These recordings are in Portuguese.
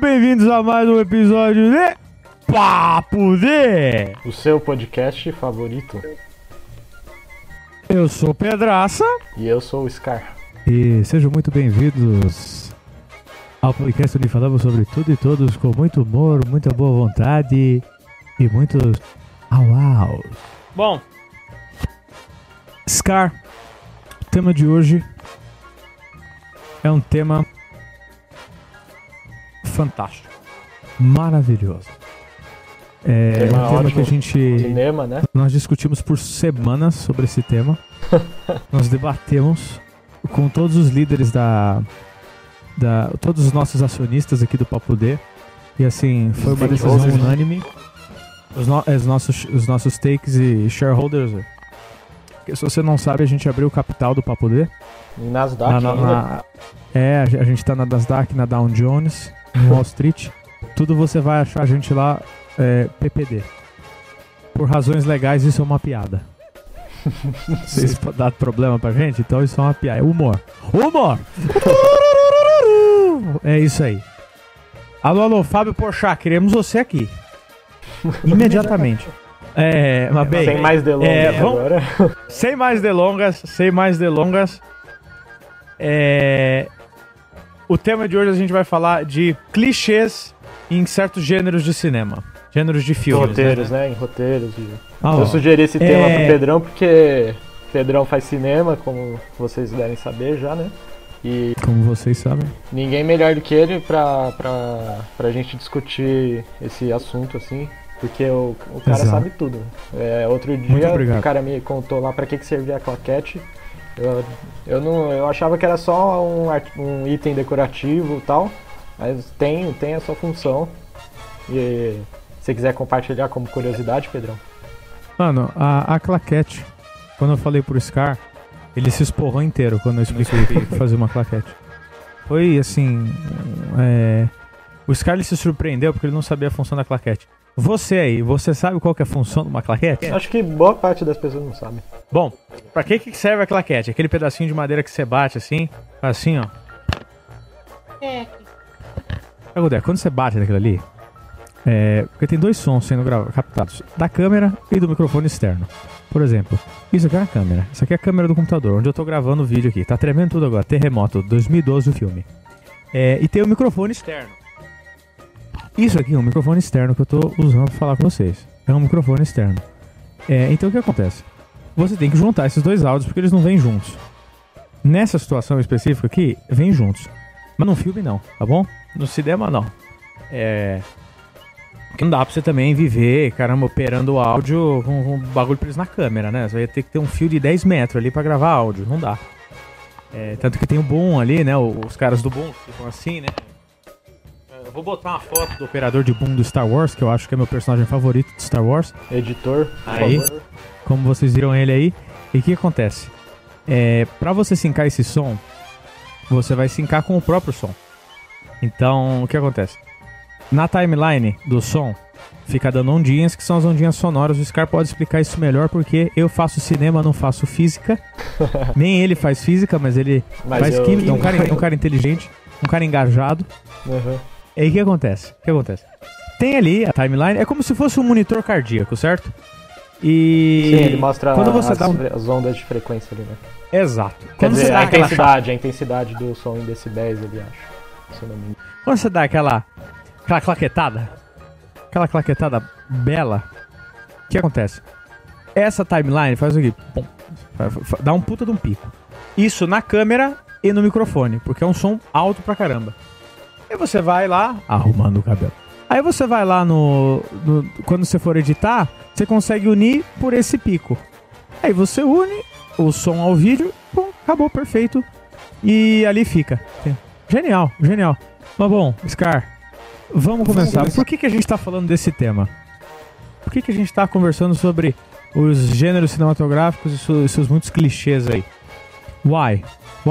bem-vindos a mais um episódio de Papo D, o seu podcast favorito. Eu sou o Pedraça. E eu sou o Scar. E sejam muito bem-vindos ao podcast onde falamos sobre tudo e todos com muito humor, muita boa vontade e muitos au-au. Bom, Scar, o tema de hoje é um tema fantástico, maravilhoso. É um tema que a gente... Cinema, né? Nós discutimos por semanas sobre esse tema. Nós debatemos com todos os líderes todos os nossos acionistas aqui do Papo D. E assim, foi uma decisão unânime. Os nossos takes e shareholders. Porque, se você não sabe, a gente abriu o capital do Papo D. Nasdaq a gente tá na Nasdaq, na Dow Jones, no Wall Street. Tudo você vai achar a gente lá, PPD. Por razões legais, isso é uma piada. Se isso dá problema pra gente, então isso é uma piada. É humor. Humor! É isso aí. Alô, Fábio Porchat, queremos você aqui. Imediatamente. Mas bem, sem mais delongas agora. Sem mais delongas. O tema de hoje a gente vai falar de clichês em certos gêneros de cinema. Gêneros de filmes. Roteiros, né? Em roteiros. Eu sugeri esse tema pro Pedrão porque Pedrão faz cinema, como vocês devem saber já, né? E como vocês sabem, ninguém melhor do que ele pra gente discutir esse assunto, assim. Porque o cara sabe tudo. Outro dia o cara me contou lá pra que servia a claquete. Eu achava que era só um item decorativo e tal, mas tem a sua função. E se você quiser compartilhar como curiosidade, Pedrão? Mano, a claquete, quando eu falei pro Scar, ele se esporrou inteiro quando eu expliquei que fazer uma claquete. Foi assim, o Scar ele se surpreendeu porque ele não sabia a função da claquete. Você sabe qual que é a função de uma claquete? Acho que boa parte das pessoas não sabe. Bom, pra que serve a claquete? Aquele pedacinho de madeira que você bate assim, ó. Quando você bate naquilo ali, porque tem dois sons sendo captados, da câmera e do microfone externo. Por exemplo, isso aqui é a câmera. Isso aqui é a câmera do computador, onde eu tô gravando o vídeo aqui. Tá tremendo tudo agora. Terremoto, 2012 o filme. E tem o microfone externo. Isso aqui é um microfone externo que eu tô usando pra falar com vocês. É um microfone externo. Então o que acontece? Você tem que juntar esses dois áudios porque eles não vêm juntos. Nessa situação específica aqui, vêm juntos. Mas no filme não, tá bom? No cinema não. Porque não dá pra você também viver, caramba, operando o áudio com bagulho preso na câmera, né? Você vai ter que ter um fio de 10 metros ali pra gravar áudio, não dá. Tanto que tem o boom ali, né? Os caras do boom ficam assim, né? Eu vou botar uma foto do operador de boom do Star Wars, que eu acho que é meu personagem favorito de Star Wars. Editor, aí, por favor. Como vocês viram ele aí. E o que acontece? Pra você sincar esse som, você vai sincar com o próprio som. Então, o que acontece? Na timeline do som, fica dando ondinhas, que são as ondinhas sonoras. O Scar pode explicar isso melhor, porque eu faço cinema, não faço física. Nem ele faz física, mas ele faz química. É um cara inteligente, um cara engajado. Uhum. E aí o que acontece? Tem ali a timeline, é como se fosse um monitor cardíaco, certo? E sim, ele mostra quando você as ondas de frequência ali, né? Exato. Quando você dá a intensidade do som em decibéis ali, acho. Se eu não me engano. Quando você dá aquela claquetada bela, o que acontece? Essa timeline faz o quê? Dá um puta de um pico. Isso na câmera e no microfone, porque é um som alto pra caramba. Aí você vai lá, arrumando o cabelo. Aí você vai lá quando você for editar, você consegue unir por esse pico. Aí você une o som ao vídeo, pum, acabou, perfeito. E ali fica. Genial. Mas bom, Scar, vamos começar. Por que a gente tá falando desse tema? Por que a gente tá conversando sobre os gêneros cinematográficos e seus muitos clichês aí? Why?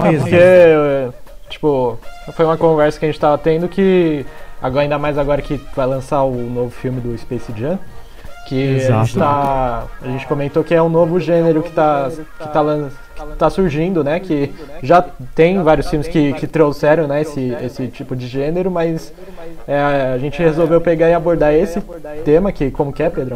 Tipo, foi uma conversa que a gente tava tendo que, ainda mais agora que vai lançar o novo filme do Space Jam, que a gente comentou que é um novo gênero que tá tá surgindo, né? Que já tem vários filmes que trouxeram, né, esse tipo de gênero, mas a gente resolveu pegar e abordar esse tema, que como que é, Pedrão?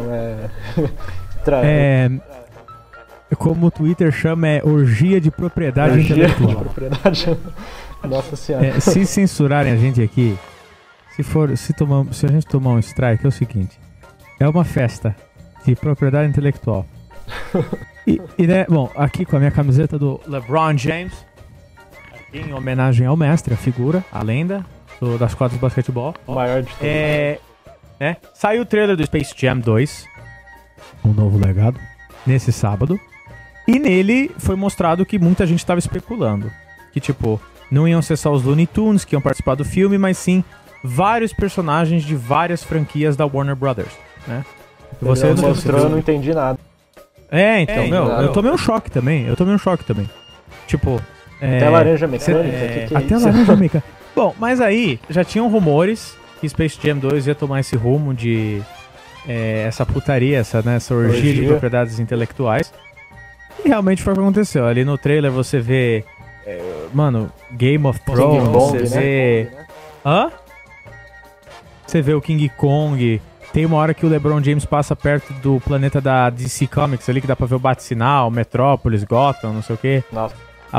Como o Twitter chama, é orgia de propriedade intelectual. De propriedade. Nossa Senhora. Se censurarem a gente aqui, se a gente tomar um strike, é o seguinte: é uma festa de propriedade intelectual. E né, bom, aqui com a minha camiseta do LeBron James, em homenagem ao mestre, a figura, a lenda das quadras de basquetebol. O maior de todos. Né, saiu o trailer do Space Jam 2, um novo legado, nesse sábado. E nele foi mostrado que muita gente estava especulando. Que, tipo, não iam ser só os Looney Tunes que iam participar do filme, mas sim vários personagens de várias franquias da Warner Brothers, né? Você mostrou, eu não entendi nada. Então, eu tomei um choque também. Tipo... Até laranja mecânica. Até laranja mecânica. Bom, mas aí já tinham rumores que Space Jam 2 ia tomar esse rumo de... essa putaria, essa orgia de propriedades intelectuais. E realmente foi o que aconteceu. Ali no trailer você vê... mano, Game of Thrones, você vê... Né? Hã? Você vê o King Kong... Tem uma hora que o LeBron James passa perto do planeta da DC Comics ali, que dá pra ver o Bate-Sinal, Metrópolis, Gotham, não sei o quê. Nossa.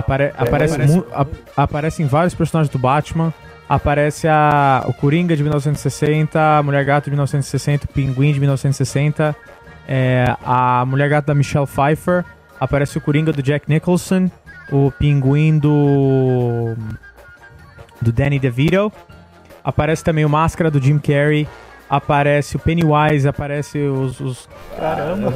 Aparecem vários personagens do Batman. Aparece o Coringa de 1960, a Mulher Gato de 1960, o Pinguim de 1960, a Mulher Gato da Michelle Pfeiffer. Aparece o Coringa do Jack Nicholson, o Pinguim do Danny DeVito. Aparece também o Máscara do Jim Carrey. Aparece o Pennywise, aparece os... Caramba!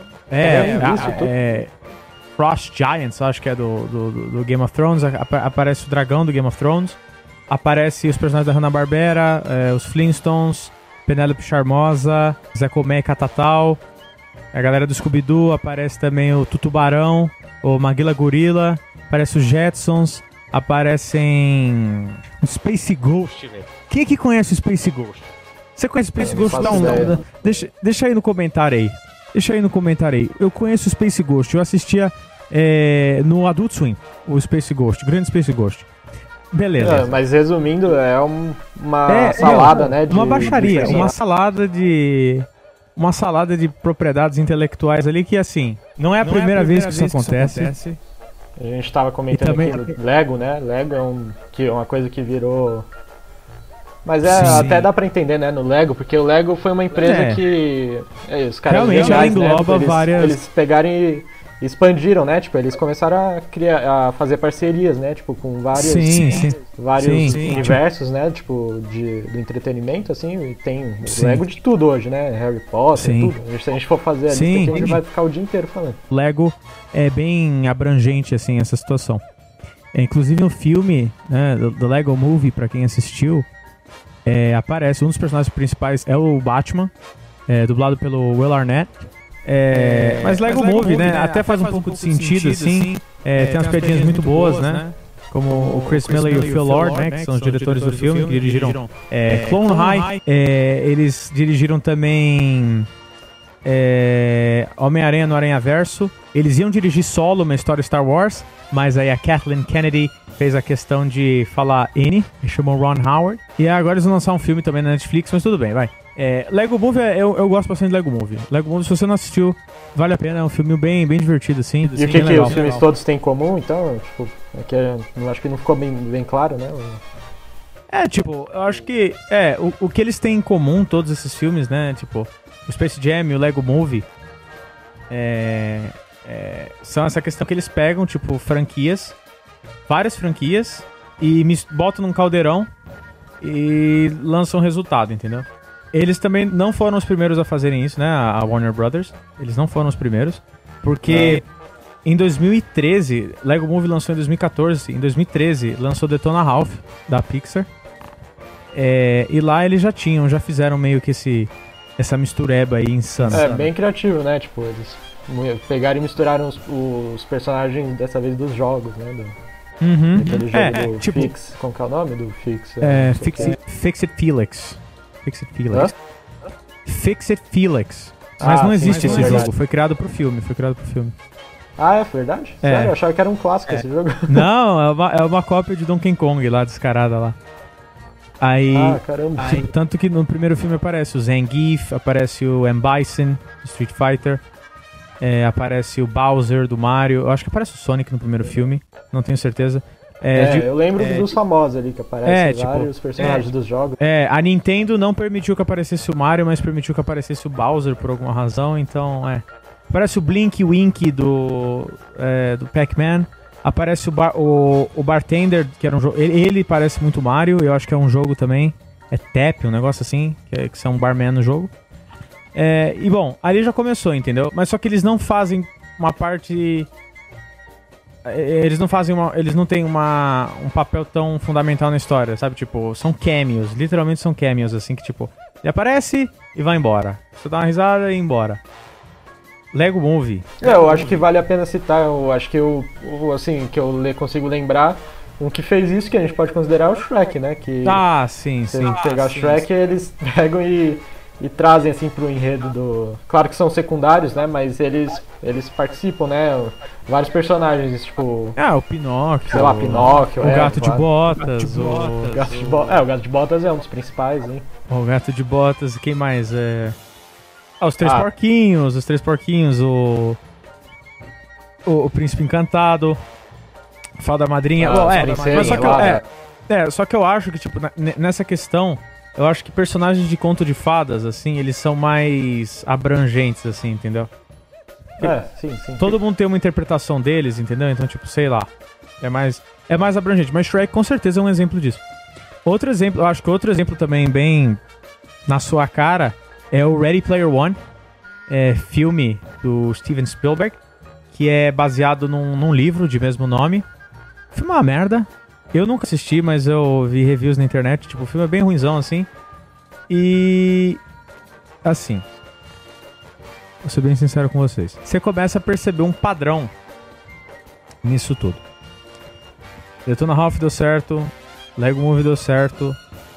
Frost Giants, acho que é do Game of Thrones. Aparece o dragão do Game of Thrones. Aparece os personagens da Hanna-Barbera, os Flintstones, Penélope Charmosa, Zé Comé e Catatal. A galera do Scooby-Doo. Aparece também o Tutubarão, o Maguila Gorila. Aparece os Jetsons. Aparecem... o Space Ghost, velho. Quem é que conhece o Space Ghost? Você conhece o Space Ghost? Deixa aí no comentário aí. Eu conheço o Space Ghost. Eu assistia no Adult Swim, o Space Ghost, o grande Space Ghost. Beleza. Mas resumindo, é uma salada, né? Uma baixaria, uma salada de propriedades intelectuais ali que, assim, não é a primeira vez que isso acontece. A gente tava comentando também, aqui do Lego, né? Lego é uma coisa que virou... Mas até dá pra entender, né, no Lego, porque o Lego foi uma empresa que... os caras realmente ela engloba várias... Eles pegaram e expandiram, né? Tipo, eles começaram a fazer parcerias, né? Tipo, com vários universos, né? Tipo, do entretenimento, assim. E tem Lego de tudo hoje, né? Harry Potter, tudo. Se a gente for fazer a lista aqui, a gente vai ficar o dia inteiro falando. Lego é bem abrangente, assim, essa situação. Inclusive no filme, né, do Lego Movie, pra quem assistiu, aparece, um dos personagens principais é o Batman, dublado pelo Will Arnett. Mas Lego Movie, né, até faz um pouco de sentido, assim. Tem umas piadinhas muito boas, né? Como o Chris Miller e o Phil Lord, né, que são os diretores do filme, que dirigiram Clone High. Eles dirigiram também Homem-Aranha no Aranhaverso. Eles iam dirigir solo uma história Star Wars, mas aí a Kathleen Kennedy fez a questão de falar N, e chamou Ron Howard. E agora eles vão lançar um filme também na Netflix, mas tudo bem, vai. Lego Movie, eu gosto bastante de Lego Movie. Lego Movie, se você não assistiu, vale a pena, é um filme bem divertido, assim. E o que os filmes todos têm em comum, então? Tipo, eu acho que não ficou bem claro, né? Eu acho que o que eles têm em comum, todos esses filmes, né? Tipo, o Space Jam e o Lego Movie, são essa questão que eles pegam, tipo, várias franquias, e botam num caldeirão e lançam o resultado, entendeu? Eles também não foram os primeiros a fazerem isso, né? A Warner Brothers. Eles não foram os primeiros. Porque em 2013, Lego Movie lançou em 2014. Em 2013, lançou Detona Ralph, da Pixar. E lá eles já fizeram meio que essa mistureba aí insana. Bem criativo, né? Tipo, eles pegaram e misturaram os personagens, dessa vez, dos jogos, né? Aquele jogo do tipo, Fix. Como que é o nome do Fix? Fix It Felix. Fix It Felix. Mas não existe esse jogo, foi criado pro filme. Ah, é verdade? Sério? Eu achava que era um clássico esse jogo. Não, é uma cópia de Donkey Kong lá, descarada lá. Aí, caramba. Tanto que no primeiro filme aparece o Zangief, aparece o M. Bison, do Street Fighter, aparece o Bowser, do Mario, eu acho que aparece o Sonic no primeiro filme, não tenho certeza. Eu lembro dos famosos ali, que aparecem vários personagens dos jogos. A Nintendo não permitiu que aparecesse o Mario, mas permitiu que aparecesse o Bowser por alguma razão, então, Aparece o Blink Wink do Pac-Man. Aparece o Bartender, que era um jogo. Ele parece muito Mario, eu acho que é um jogo também. É Tap, um negócio assim, que é um barman no jogo. E bom, ali já começou, entendeu? Mas só que eles não fazem uma parte. Eles não têm um papel tão fundamental na história, sabe? Tipo, são cameos, literalmente são cameos, assim, que tipo, ele aparece e vai embora. Você dá uma risada e ir embora. Lego Movie. Eu acho que vale a pena citar, eu acho que que eu consigo lembrar, um que fez isso, que a gente pode considerar o Shrek, né? Que sim. Se pegar o Shrek, eles pegam e trazem, assim, pro enredo do... Claro que são secundários, né? Mas eles participam, né? Vários personagens, tipo... o Pinóquio. Sei lá, Pinóquio, o Gato de Botas. O Gato de Botas é um dos principais, hein? O Gato de Botas, quem mais? Os Três Porquinhos, o Príncipe Encantado, Fada Madrinha. Só que eu acho que, tipo, nessa questão, eu acho que personagens de conto de fadas, assim, eles são mais abrangentes, assim, entendeu? Sim. Todo mundo tem uma interpretação deles, entendeu? Então, tipo, sei lá, é mais abrangente. Mas Shrek, com certeza, é um exemplo disso. Eu acho que outro exemplo também bem na sua cara... é o Ready Player One, filme do Steven Spielberg, que é baseado num livro de mesmo nome. O filme é uma merda. Eu nunca assisti, mas eu vi reviews na internet. Tipo, o filme é bem ruinzão, assim. E... assim... vou ser bem sincero com vocês. Você começa a perceber um padrão nisso tudo. Detona Ralph deu certo. Lego Movie deu certo.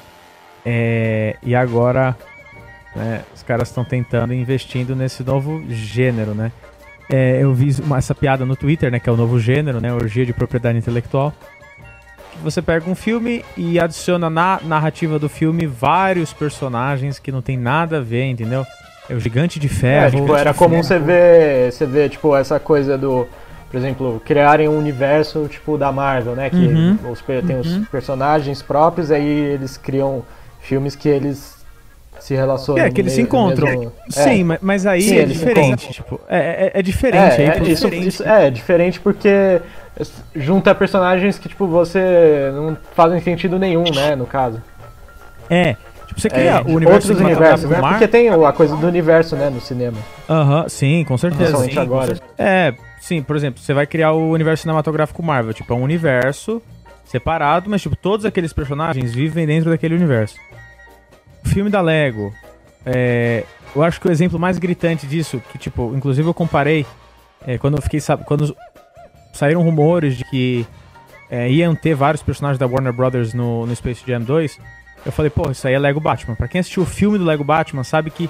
E agora... os caras estão tentando investindo nesse novo gênero, né? Eu vi essa piada no Twitter, né? Que é o novo gênero, né? Orgia de propriedade intelectual. Você pega um filme e adiciona na narrativa do filme vários personagens que não tem nada a ver, entendeu? É o Gigante de Ferro. Era comum você ver, tipo, essa coisa do... por exemplo, criarem um universo, tipo, da Marvel, né? Que tem os personagens próprios, aí eles criam filmes que eles... se relacionam. Que eles se encontram. Sim, mas aí é diferente. Tipo, é diferente. Isso é diferente porque junta personagens que, tipo, você não fazem sentido nenhum, né, no caso. Tipo, você cria o universo outros universos, né? Porque tem a coisa do universo, né, no cinema. Sim, com certeza. Sim, agora. Sim, por exemplo, você vai criar o universo cinematográfico Marvel. Tipo, é um universo separado, mas, tipo, todos aqueles personagens vivem dentro daquele universo. O filme da Lego, eu acho que o exemplo mais gritante disso, que, tipo, inclusive eu comparei, quando saíram rumores de que iam ter vários personagens da Warner Brothers no Space Jam 2, eu falei, pô, isso aí é Lego Batman. Pra quem assistiu o filme do Lego Batman, sabe que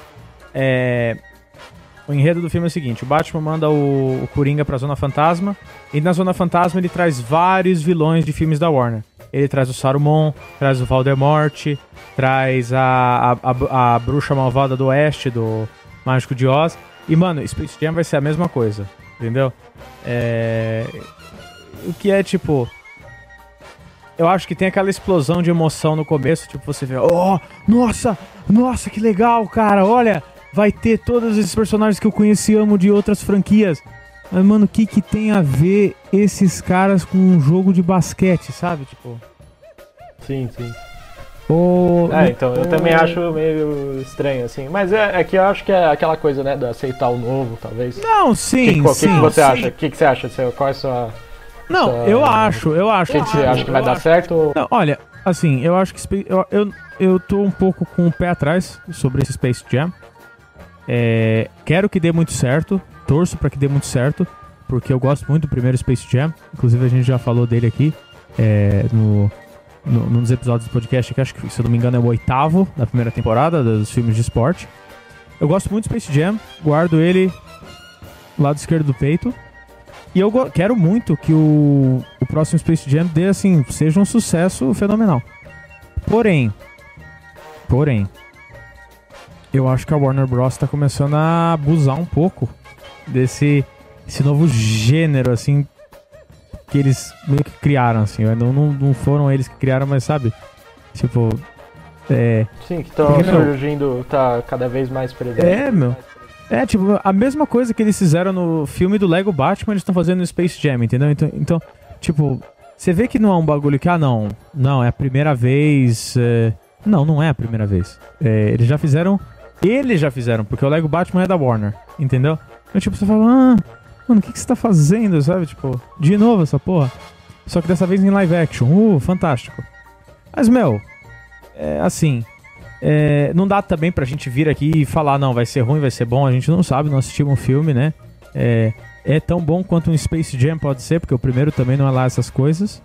o enredo do filme é o seguinte: o Batman manda o Coringa pra Zona Fantasma, e na Zona Fantasma ele traz vários vilões de filmes da Warner. Ele traz o Saruman, traz o Voldemort, traz a bruxa malvada do Oeste, do Mágico de Oz. E, mano, Space Jam vai ser a mesma coisa, entendeu? O que é, tipo... eu acho que tem aquela explosão de emoção no começo, tipo, você vê... nossa, que legal, cara, olha... vai ter todos esses personagens que eu conheci e amo de outras franquias. Mas, mano, o que tem a ver esses caras com um jogo de basquete, sabe? Tipo... sim. Então, eu também acho meio estranho, assim. Mas é que eu acho que é aquela coisa, né, de aceitar o novo, talvez. Não, sim, O que você acha? O que você acha? Qual é a sua... não, eu acho. O que você acha que vai dar certo? Não, olha, assim, eu acho que... eu tô um pouco com o pé atrás sobre esse Space Jam. Quero que dê muito certo, torço pra que dê muito certo, porque eu gosto muito do primeiro Space Jam. Inclusive a gente já falou dele aqui num dos episódios do podcast, que acho que, se eu não me engano, é o 8º da primeira temporada dos filmes de esporte. Eu gosto muito do Space Jam, guardo ele do lado esquerdo do peito. E eu quero muito que o próximo Space Jam dê, assim, seja um sucesso fenomenal. Porém, eu acho que a Warner Bros. Tá começando a abusar um pouco esse novo gênero, assim, que eles meio que criaram, assim. Não foram eles que criaram, mas sabe? Tipo... Sim, que estão surgindo, tá cada vez mais presente. Meu. Tipo, a mesma coisa que eles fizeram no filme do Lego Batman, eles estão fazendo no Space Jam, entendeu? Então, tipo, você vê que não é um bagulho que, não, é a primeira vez... Não é a primeira vez. Eles já fizeram, porque o Lego Batman é da Warner, entendeu? Então, tipo, você fala, mano, o que você tá fazendo, sabe? Tipo, de novo essa porra. Só que dessa vez em live action, fantástico. Mas, assim... não dá também pra gente vir aqui e falar, não, vai ser ruim, vai ser bom, a gente não sabe, não assistimos um filme, né? É tão bom quanto um Space Jam pode ser, porque o primeiro também não é lá essas coisas.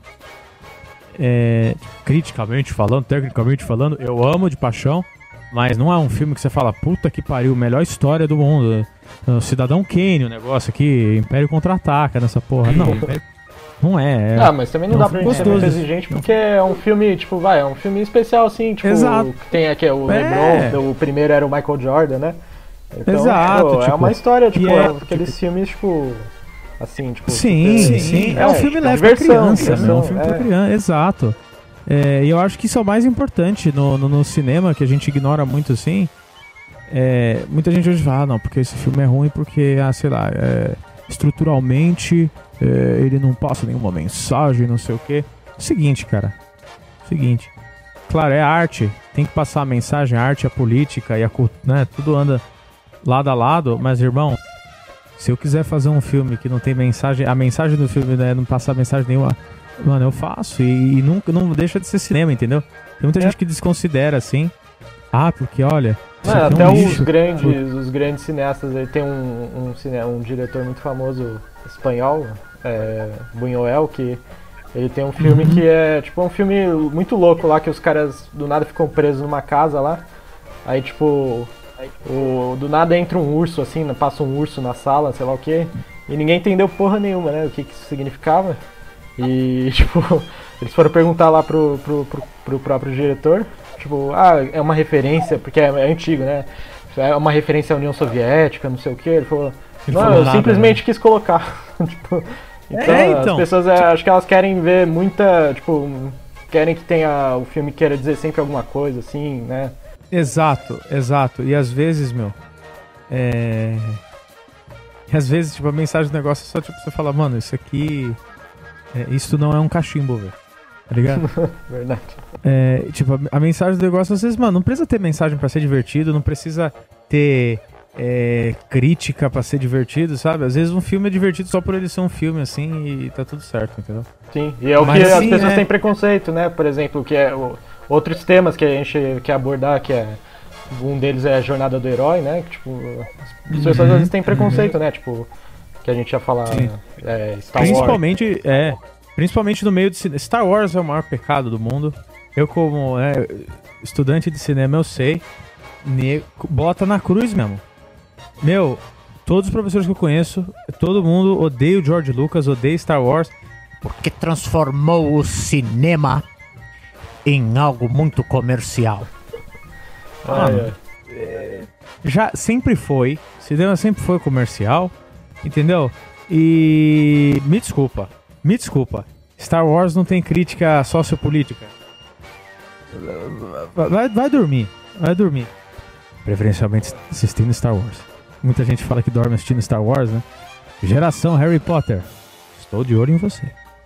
Criticamente falando, tecnicamente falando, eu amo de paixão, mas não é um filme que você fala, puta que pariu, melhor história do mundo. Cidadão Kane, o negócio aqui, Império Contra-Ataca nessa porra. Não, não é. Mas também não dá pra gente ser muito exigente, porque é um filme, tipo, é um filme especial, assim, tipo, exato. Tem aqui o LeBron, o primeiro era o Michael Jordan, né? Então, exato. É uma história, tipo, aqueles filmes, tipo, assim, tipo... Sim. É um filme leve pra criança, né? É um filme pra criança, exato. E eu acho que isso é o mais importante no cinema, que a gente ignora muito, assim. Muita gente hoje fala, não, porque esse filme é ruim porque, sei lá, estruturalmente... ele não passa nenhuma mensagem, não sei o quê. Seguinte, cara. Claro, é arte. Tem que passar a mensagem, a arte, a política e né? Tudo anda lado a lado. Mas, irmão, se eu quiser fazer um filme que não tem mensagem, a mensagem do filme, né, não passar mensagem nenhuma, mano, eu faço. E não deixa de ser cinema, entendeu? Tem muita gente que desconsidera, assim. Porque, olha... até os grandes cineastas, ele tem um diretor muito famoso espanhol, Buñuel, que ele tem um filme que é tipo um filme muito louco lá, que os caras do nada ficam presos numa casa lá, aí tipo do nada entra um urso assim, passa um urso na sala, sei lá o que, e ninguém entendeu porra nenhuma, né, o que isso significava, e tipo, eles foram perguntar lá pro próprio diretor, tipo, é uma referência, porque é antigo, né, é uma referência à União Soviética, não sei o que, ele falou, não, eu simplesmente quis colocar, tipo... Então, as pessoas acho que elas querem ver muita, tipo, querem que tenha o filme queira dizer sempre alguma coisa, assim, né? Exato. E às vezes, às vezes, tipo, a mensagem do negócio é só, tipo, você fala, mano, isso aqui, isso não é um cachimbo, velho. Tá ligado? Verdade. Tipo, a mensagem do negócio, às vezes, mano, não precisa ter mensagem pra ser divertido, não precisa ter... crítica pra ser divertido, sabe? Às vezes um filme é divertido só por ele ser um filme, assim, e tá tudo certo, entendeu? Sim, e é o que as pessoas têm preconceito, né? Por exemplo, que outros temas que a gente quer abordar, que um deles é a jornada do herói, né? Que, tipo, as pessoas às vezes têm preconceito, né? Tipo, que a gente ia falar Star Wars. Principalmente no meio de cinema. Star Wars é o maior pecado do mundo. Eu, como estudante de cinema, eu sei. Bota na cruz mesmo. Todos os professores que eu conheço, todo mundo odeia o George Lucas, odeia Star Wars, porque transformou o em algo muito comercial. Já sempre foi, cinema sempre foi comercial, entendeu? E me desculpa, Star Wars não tem crítica sociopolítica. Vai dormir. Preferencialmente assistindo Star Wars. Muita gente fala que dorme assistindo Star Wars, né? Geração Harry Potter. Estou de olho em você.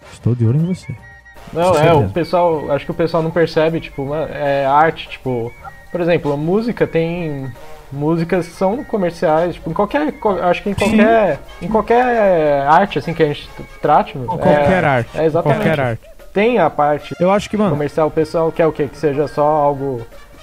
Não, o pessoal... Acho que o pessoal não percebe, tipo, arte, tipo... Por exemplo, a música tem... Músicas que são comerciais, tipo, acho que em qualquer arte, assim, que a gente trate... Qualquer arte. Exatamente. Qualquer arte. Tem a parte eu acho que, mano, comercial, o pessoal quer o quê? Que seja só algo...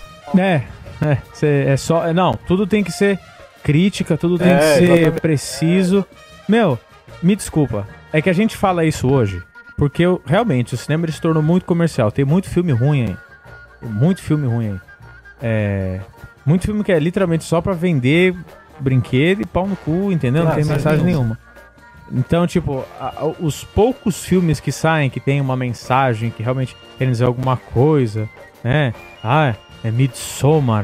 Não, tudo tem que ser crítica, tudo tem que ser exatamente. Preciso. Me desculpa. É que a gente fala isso hoje porque realmente o cinema se tornou muito comercial. Tem muito filme ruim aí. Muito filme que é literalmente só pra vender brinquedo e pau no cu, entendeu? Não tem mensagem nenhuma. Então, tipo, os poucos filmes que saem que tem uma mensagem, que realmente querem dizer alguma coisa, né? É Midsommar,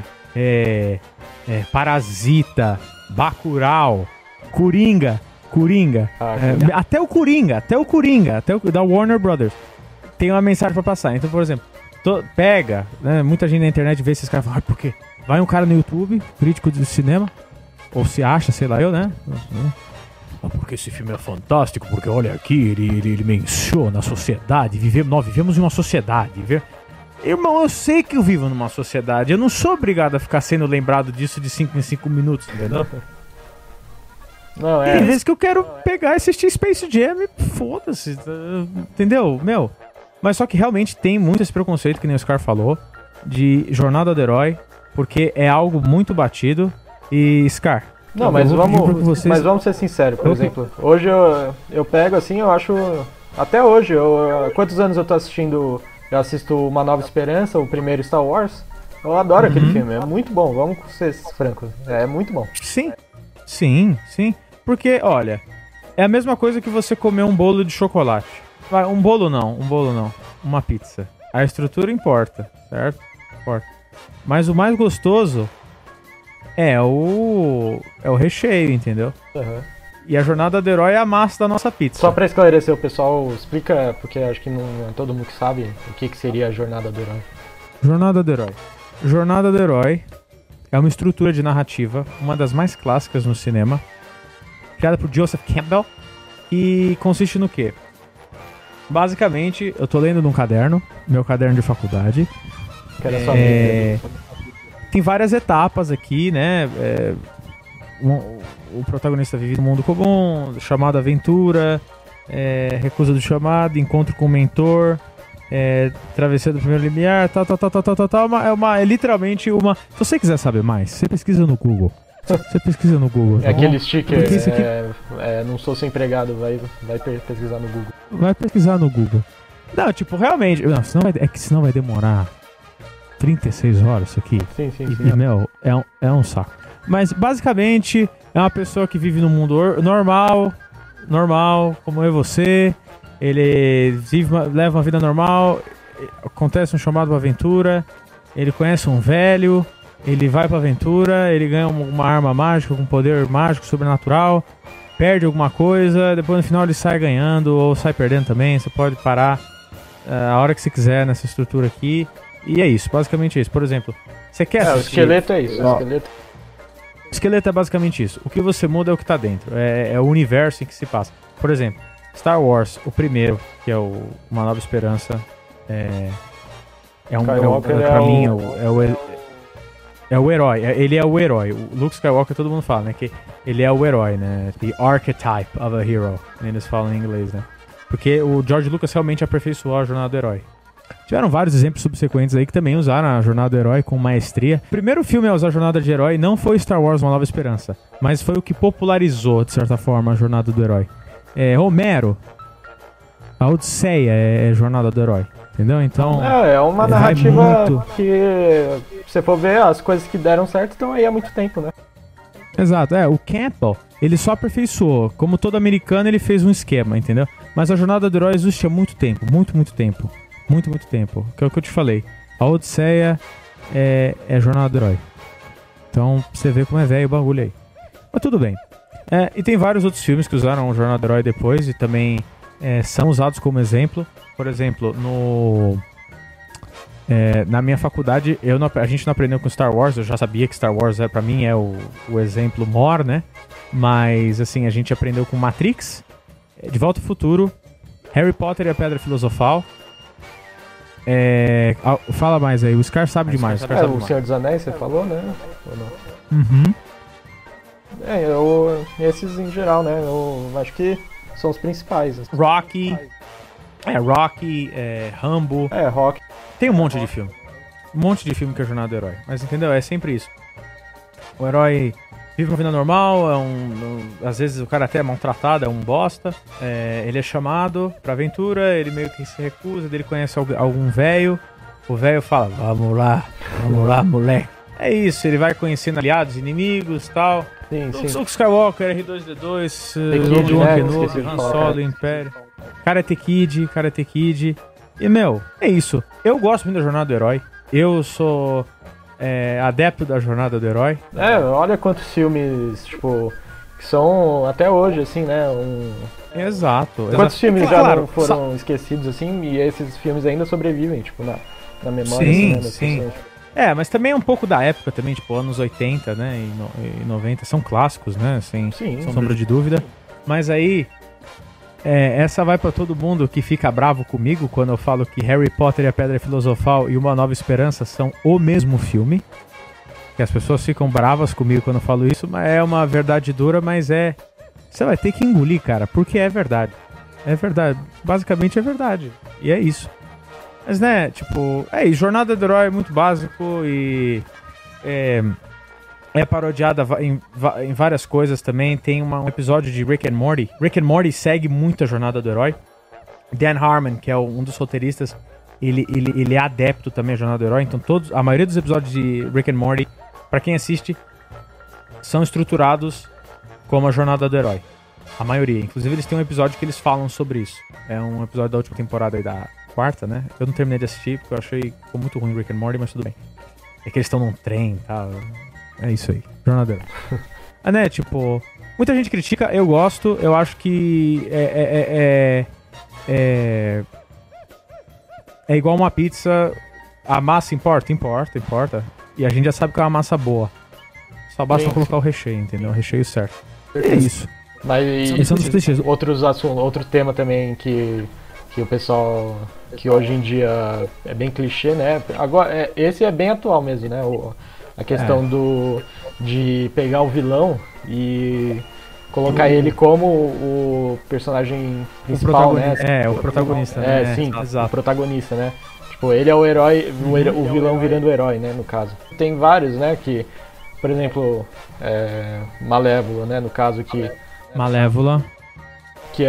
Parasita, Bacurau, Coringa. Até o Coringa, da Warner Brothers, tem uma mensagem pra passar. Então, por exemplo, pega, né? Muita gente na internet vê esses caras e fala, por quê? Vai um cara no YouTube, crítico de cinema, ou se acha, sei lá eu, né? Porque esse filme é fantástico, porque olha aqui, ele menciona a sociedade, nós vivemos em uma sociedade, Irmão, eu sei que eu vivo numa sociedade, eu não sou obrigado a ficar sendo lembrado disso de 5 em 5 minutos, entendeu? Não, Tem vezes que eu quero pegar e assistir Space Jam e foda-se, entendeu? Mas só que realmente tem muito esse preconceito, que nem o Scar falou, de Jornada do Herói, porque é algo muito batido. E, Scar... Não, mas vamos ser sinceros, por exemplo. Hoje eu pego assim, eu acho... Até hoje, quantos anos eu tô assistindo... Eu assisto Uma Nova Esperança, o primeiro Star Wars. Eu adoro aquele filme, é muito bom, vamos ser francos. É muito bom. Sim. Porque, olha, é a mesma coisa que você comer um bolo de chocolate. Um bolo não. Uma pizza. A estrutura importa, certo? Importa. Mas o mais gostoso... É o recheio, entendeu? Uhum. E a Jornada do Herói é a massa da nossa pizza. Só pra esclarecer o pessoal, explica, porque acho que não é todo mundo que sabe o que seria a Jornada do Herói. Jornada do Herói é uma estrutura de narrativa, uma das mais clássicas no cinema, criada por Joseph Campbell, e consiste no quê? Basicamente, eu tô lendo num caderno, meu caderno de faculdade. Que era sua vida. Tem várias etapas aqui, né? O protagonista vive no mundo comum, chamado aventura, recusa do chamado, encontro com o mentor, travessia do primeiro limiar, tal. É literalmente uma... Se você quiser saber mais, você pesquisa no Google. Tá aquele sticker, não sou seu empregado, vai pesquisar no Google. Vai pesquisar no Google. Não, tipo, realmente... Não, senão vai demorar 36 horas isso aqui. Sim. Meu, é um saco. Mas basicamente é uma pessoa que vive num mundo normal, como eu e você. Ele leva uma vida normal, acontece um chamado pra aventura, ele conhece um velho, ele vai pra aventura, ele ganha uma arma mágica, com poder mágico, sobrenatural, perde alguma coisa, depois no final ele sai ganhando ou sai perdendo também. Você pode parar a hora que você quiser nessa estrutura aqui. E é isso, basicamente isso. Por exemplo, você quer assistir... O esqueleto é isso. O esqueleto é basicamente isso. O que você muda é o que tá dentro. É o universo em que se passa. Por exemplo, Star Wars, o primeiro, que é Uma Nova Esperança, pra mim, é o herói. Ele é o herói. O Luke Skywalker, todo mundo fala, né? Que ele é o herói, né? The archetype of a hero. Eles falam em inglês, né? Porque o George Lucas realmente aperfeiçoou a jornada do herói. Tiveram vários exemplos subsequentes aí que também usaram a jornada do herói com maestria. O primeiro filme a usar a jornada de herói não foi Star Wars Uma Nova Esperança, mas foi o que popularizou, de certa forma, a jornada do herói. Homero, a Odisseia é jornada do herói, entendeu? Então... É uma narrativa que, se você for ver, as coisas que deram certo estão aí há muito tempo, né? Exato, o Campbell, ele só aperfeiçoou. Como todo americano, ele fez um esquema, entendeu? Mas a jornada do herói existe há muito tempo, muito tempo. Muito tempo, que é o que eu te falei. A Odisseia é jornada do herói. Então, você vê como é velho o bagulho aí. Mas tudo bem. E tem vários outros filmes que usaram a jornada do herói depois e também são usados como exemplo. Por exemplo, na minha faculdade, a gente não aprendeu com Star Wars. Eu já sabia que Star Wars, pra mim, é o exemplo maior, né? Mas, assim, a gente aprendeu com Matrix, De Volta ao Futuro, Harry Potter e a Pedra Filosofal. Fala mais aí, o Scar sabe demais. O Senhor dos Anéis, você falou, né? Ou não? Uhum. Esses em geral, né? Eu acho que são os principais. Rocky, Rambo. Rocky. Tem um monte de filme. Um monte de filme que é a jornada do herói. Mas entendeu? É sempre isso. O herói vive uma vida normal, às vezes o cara até é maltratado, é um bosta. Ele é chamado pra aventura, ele meio que se recusa, ele conhece algum velho. O velho fala, vamos lá, moleque. É isso, ele vai conhecendo aliados, inimigos e tal. Sim, sim. Luke Skywalker, R2-D2, Obi-Wan Kenobi, Han Solo, Império, Karate Kid. E, é isso. Eu gosto muito da jornada do herói. Eu sou adepto da jornada do herói. Olha quantos filmes, tipo, que são até hoje, assim, né? Exato. Quantos filmes já não foram esquecidos, assim, e esses filmes ainda sobrevivem, tipo, na memória, sim, assim, né, das pessoas. Mas também é um pouco da época também, tipo, anos 80, né, e 90, são clássicos, né, sem sombra de dúvida. Mas aí, essa vai pra todo mundo que fica bravo comigo quando eu falo que Harry Potter e a Pedra Filosofal e Uma Nova Esperança são o mesmo filme. Que as pessoas ficam bravas comigo quando eu falo isso, mas é uma verdade dura, mas você vai ter que engolir, cara, porque é verdade. É verdade. Basicamente é verdade. E é isso. Mas, né, tipo... Jornada do Herói é muito básico e... É parodiada em várias coisas também. Tem um episódio de Rick and Morty. Rick and Morty segue muito a Jornada do Herói. Dan Harmon, que é um dos roteiristas, ele é adepto também à Jornada do Herói. Então a maioria dos episódios de Rick and Morty, pra quem assiste, são estruturados como a Jornada do Herói. A maioria. Inclusive, eles têm um episódio que eles falam sobre isso. É um episódio da última temporada aí, da quarta, né? Eu não terminei de assistir, porque eu achei que ficou muito ruim Rick and Morty, mas tudo bem. É que eles estão num trem e tal. É isso aí. Jornada do Herói. Né? Tipo... Muita gente critica, eu gosto. Eu acho que é igual uma pizza. A massa importa. E a gente já sabe que é uma massa boa. Só basta colocar o recheio, entendeu? O recheio certo. É isso. Mas outro tema também que o pessoal, que hoje em dia é bem clichê, né? Agora, esse é bem atual mesmo, né? A questão de pegar o vilão e colocar ele como o personagem principal, né? O protagonista. Sim, exato. O protagonista, né? Tipo, ele é o herói, o vilão virando o herói, né, no caso. Tem vários, né, que, por exemplo, Malévola, né, no caso que... Malévola. Que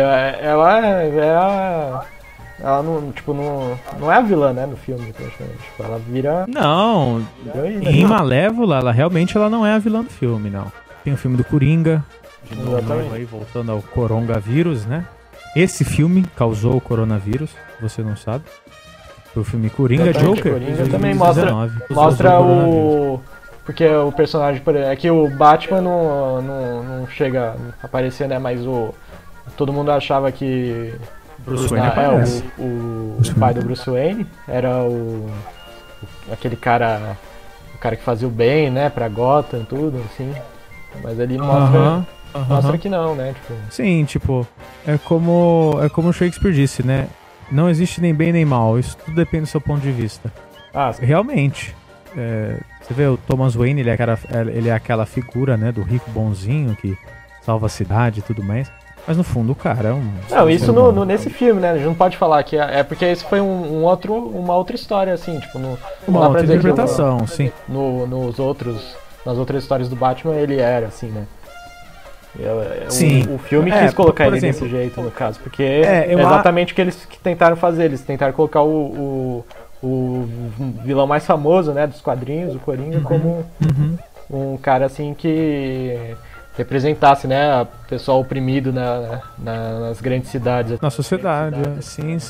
ela não é a vilã, né, no filme, praticamente. Tipo, ela vira... Não, em Malévola, ela não é a vilã do filme, não. Tem o filme do Coringa, de novo aí, voltando ao coronavírus, né? Esse filme causou o coronavírus, você não sabe. O filme Coringa, Joker. Coringa também mostra o... Porque o personagem... É que o Batman não chega a aparecer, né? Mas todo mundo achava que... Bruce Wayne aparece. O pai do Bruce Wayne era aquele cara... O cara que fazia o bem, né? Pra Gotham, tudo, assim. Mas ele mostra que não, né? Tipo... Sim, tipo... É como o Shakespeare disse, né? Não existe nem bem nem mal, isso tudo depende do seu ponto de vista. Realmente. Você vê o Thomas Wayne, ele é aquela figura, né, do rico bonzinho que salva a cidade e tudo mais. Mas no fundo o cara é um... Não, isso nesse filme, né? A gente não pode falar que é porque esse foi uma outra história, assim, tipo... Uma outra interpretação, sim. Nas outras histórias do Batman ele era, assim, né? Sim. O filme quis colocar ele desse jeito, no caso, porque é exatamente o que eles tentaram fazer. Eles tentaram colocar o vilão mais famoso, né, dos quadrinhos, o Coringa, como um cara assim que representasse, né, o pessoal oprimido nas grandes cidades. Na sociedade, sim.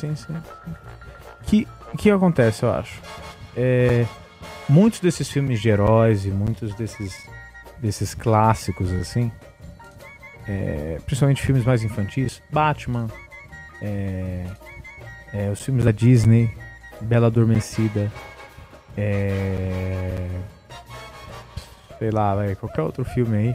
Que acontece, eu acho? Muitos desses filmes de heróis e muitos desses clássicos, assim... principalmente filmes mais infantis, Batman, os filmes da Disney, Bela Adormecida, sei lá, qualquer outro filme aí,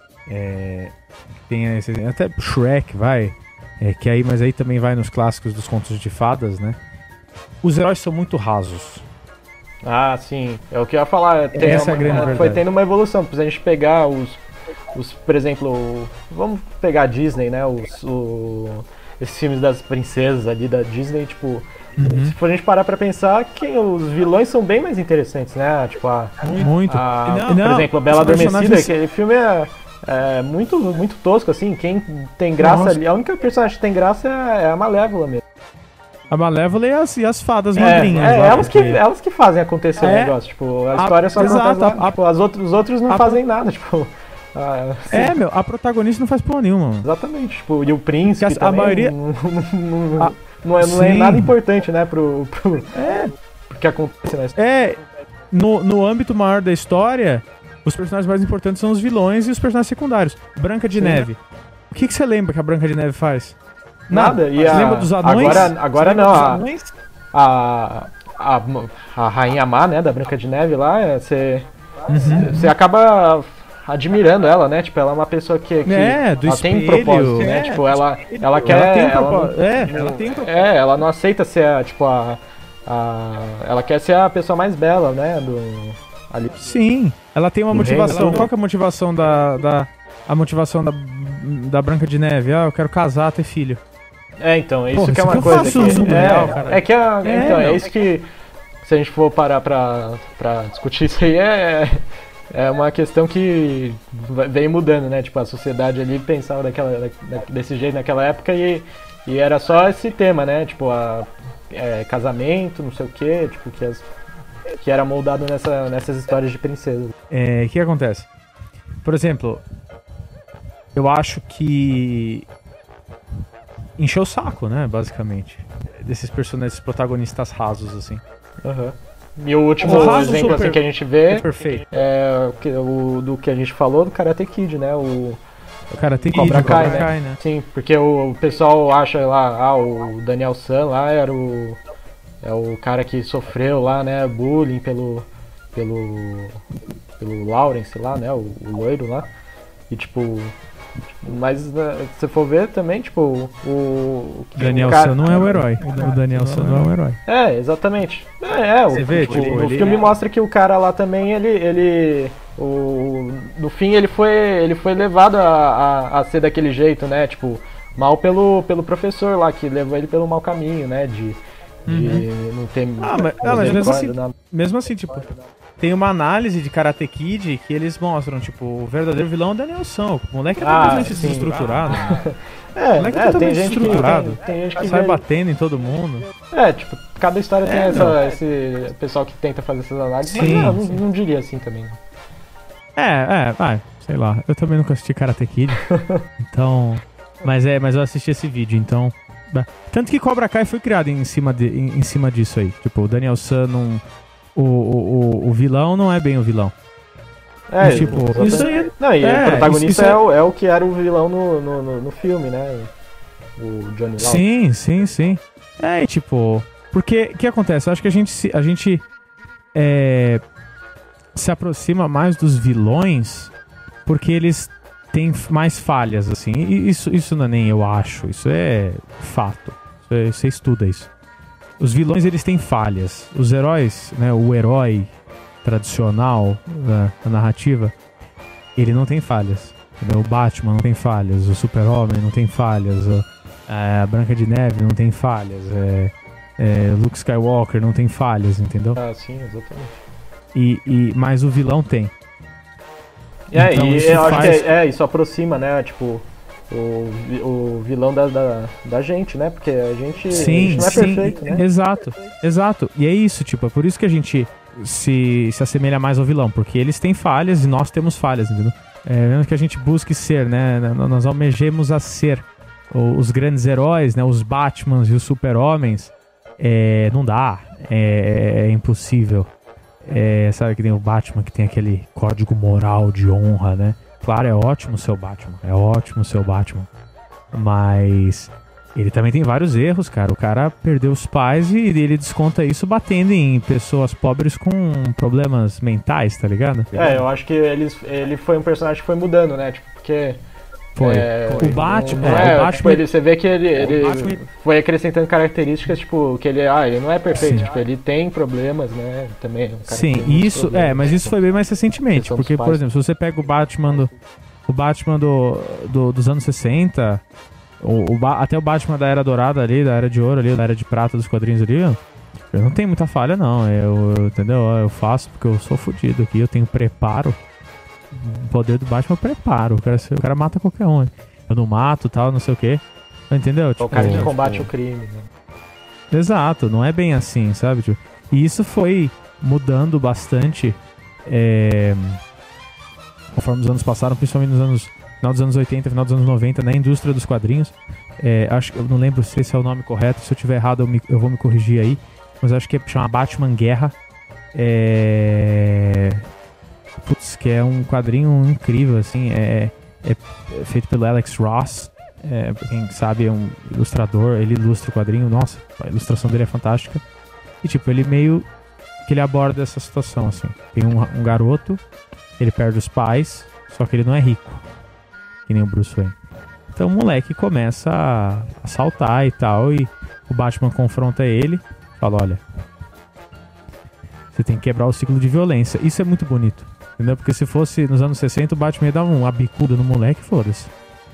tem até Shrek, mas aí também vai nos clássicos dos contos de fadas, né? Os heróis são muito rasos. Ah, sim, é o que eu ia falar. Essa é a grande verdade. Foi tendo uma evolução, pra gente pegar por exemplo, vamos pegar a Disney, né? Esses filmes das princesas ali da Disney, tipo, se for a gente parar pra pensar, que os vilões são bem mais interessantes, né? Tipo, por exemplo, a Bela Adormecida, aquele filme é muito, muito tosco, assim. Quem tem graça ali, a única personagem que tem graça é a Malévola mesmo. A Malévola e as fadas madrinhas. Elas que fazem acontecer o negócio. Tipo, a história só acontece lá, tipo, os outros não fazem nada, tipo... A protagonista não faz porra nenhuma, mano. Exatamente, tipo, e o príncipe a maioria... não é nada importante, né, pro que acontece, né? No âmbito maior da história, os personagens mais importantes são os vilões e os personagens secundários. Branca de Neve. O que você lembra que a Branca de Neve faz? Nada. E você lembra dos anões? Agora não. A Rainha Má, né, da Branca de Neve lá, você acaba admirando ela, né? Tipo, ela é uma pessoa que ela tem um propósito, né? Tipo, ela quer... Ela tem um propósito. Ela tem um propósito. Ela não aceita ser, tipo, ela quer ser a pessoa mais bela, né? Ali. Sim, ela tem uma motivação. Qual que é a motivação a motivação da Branca de Neve? Eu quero casar, ter filho. Então, isso que é uma coisa que... é isso que... Se a gente for parar pra discutir isso aí, é uma questão que vem mudando, né? Tipo, a sociedade ali pensava desse jeito naquela época e era só esse tema, né? Tipo, casamento, não sei o quê, tipo, que era moldado nessas histórias de princesa. O que acontece? Por exemplo, eu acho que encheu o saco, né, basicamente, desses personagens protagonistas rasos, assim. E o último exemplo assim, que a gente vê do que a gente falou do Karate Kid, né? O Karate Kid, Cobra Kai, né? Sim, porque o pessoal acha lá, o Daniel San lá era o cara que sofreu lá, né, bullying pelo Lawrence lá, né, o loiro lá. E tipo, mas se você for ver também, tipo, o Daniel San não é o herói. O Daniel San não é o herói. Exatamente. Você vê, tipo, o filme mostra que o cara lá também, no fim ele foi levado a ser daquele jeito, né? Tipo, mal pelo professor lá, que levou ele pelo mau caminho, né? De não ter... mas mesmo assim, tipo... Tem uma análise de Karate Kid que eles mostram, tipo, o verdadeiro vilão é o Daniel San. O moleque é totalmente desestruturado. O moleque é totalmente desestruturado. Tem gente que sai batendo em todo mundo. Tipo, cada história tem esse pessoal que tenta fazer essas análises, mas não diria assim também. Sei lá. Eu também nunca assisti Karate Kid. Então... Mas eu assisti esse vídeo, então... Tanto que Cobra Kai foi criado em cima disso aí. Tipo, o Daniel San não... O vilão não é bem o vilão. Tipo, isso aí... Não, e o protagonista é o que era o vilão no filme, né? O Johnny Law. Sim. Tipo... Porque, o que acontece? Eu acho que a gente se aproxima mais dos vilões porque eles têm mais falhas, assim. E isso não é nem eu acho, isso é fato. Você estuda isso. Os vilões, eles têm falhas. Os heróis, né, o herói tradicional da narrativa, ele não tem falhas. Entendeu? O Batman não tem falhas, o Super-Homem não tem falhas, a Branca de Neve não tem falhas, Luke Skywalker não tem falhas, entendeu? Sim, exatamente. Mas o vilão tem. Então, eu acho que isso aproxima, né, tipo... O vilão da gente, né? Porque a gente não é perfeito, né? Exato. E é isso, tipo, é por isso que a gente se assemelha mais ao vilão, porque eles têm falhas e nós temos falhas, entendeu? Mesmo que a gente busque ser, né? Nós almejemos a ser os grandes heróis, né? Os Batmans e os Super-Homens. Não dá. É impossível. Sabe que tem o Batman que tem aquele código moral de honra, né? Claro, é ótimo o seu Batman, mas ele também tem vários erros, cara. O cara perdeu os pais e ele desconta isso batendo em pessoas pobres com problemas mentais, tá ligado? Eu acho que ele foi um personagem que foi mudando, né? Tipo, porque... O Batman... Tipo, você vê que ele foi acrescentando características, tipo, que ele não é perfeito, tipo, ele tem problemas, né, também. Mas isso foi bem mais recentemente, porque, por exemplo, se você pega o Batman dos anos 60, até o Batman da Era Dourada ali, da Era de Ouro ali, da Era de Prata dos quadrinhos ali, eu não tenho muita falha, não, entendeu? Eu faço porque eu sou fodido aqui, eu tenho preparo. O poder do Batman eu preparo. O cara mata qualquer um. Eu não mato, tal, não sei o que. Entendeu? O cara que combate o crime, né? Exato, não é bem assim, sabe? Tipo, e isso foi mudando bastante conforme os anos passaram, principalmente final dos anos 80, final dos anos 90, na indústria dos quadrinhos. Acho que eu não lembro se esse é o nome correto, se eu tiver errado eu vou me corrigir aí, mas acho que chama Batman Guerra. Que é um quadrinho incrível, assim, é feito pelo Alex Ross. Pra quem sabe, é um ilustrador, ele ilustra o quadrinho, nossa, a ilustração dele é fantástica. E tipo, ele meio que ele aborda essa situação, assim. Tem um garoto, ele perde os pais, só que ele não é rico, que nem o Bruce Wayne. Então o moleque começa a assaltar e tal, e o Batman confronta ele, fala, olha, você tem que quebrar o ciclo de violência. Isso é muito bonito, entendeu? Porque se fosse nos anos 60, o Batman ia dar uma bicuda no moleque, foda-se.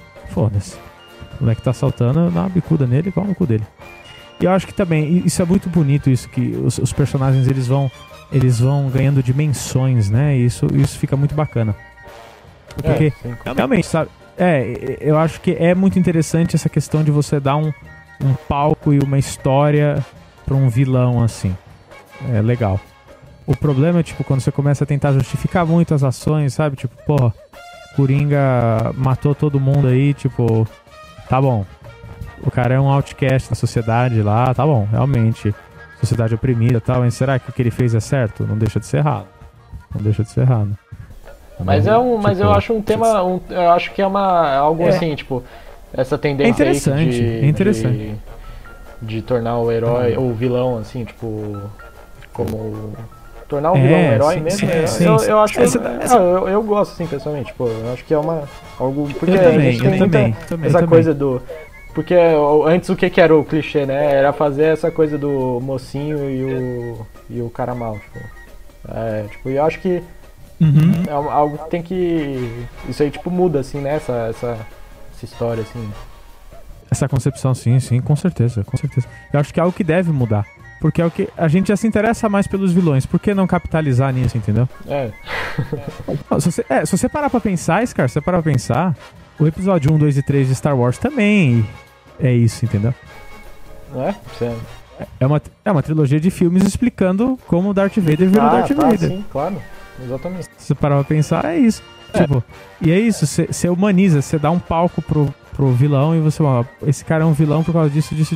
O moleque tá assaltando, dá uma bicuda nele e pau no cu dele. E eu acho que também, isso é muito bonito, isso que os personagens eles vão ganhando dimensões, né? E isso fica muito bacana. Porque, realmente, sabe? Eu acho que é muito interessante essa questão de você dar um palco e uma história pra um vilão, assim. É legal. O problema é, tipo, quando você começa a tentar justificar muito as ações, sabe? Tipo, porra, Coringa matou todo mundo aí, tipo, tá bom. O cara é um outcast da sociedade lá, tá bom, realmente. Sociedade oprimida e tal, mas será que o que ele fez é certo? Não deixa de ser errado. Mas eu acho um tema, eu acho que é algo assim, tipo, essa tendência é interessante. De tornar o herói, ou o vilão, assim, tipo, como... Tornar o vilão um herói mesmo, eu acho... Eu gosto, assim, pessoalmente, tipo, eu acho que é algo... Porque eu também, essa coisa do... Porque antes o que era o clichê, né? Era fazer essa coisa do mocinho e o cara mal, tipo. Tipo, eu acho que é algo que tem que... Isso aí, tipo, muda, assim, né? Essa história, assim. Essa concepção, sim, com certeza. Eu acho que é algo que deve mudar. Porque é o que a gente já se interessa mais pelos vilões. Por que não capitalizar nisso, entendeu? Se você parar pra pensar, Scar, o episódio 1, 2 e 3 de Star Wars também é isso, entendeu? Sério. É uma trilogia de filmes explicando como o Darth Vader virou Darth Vader. Sim, claro. Exatamente. Se você parar pra pensar, é isso. Tipo, e é isso, você humaniza, você dá um palco pro vilão e você fala, esse cara é um vilão por causa disso. Isso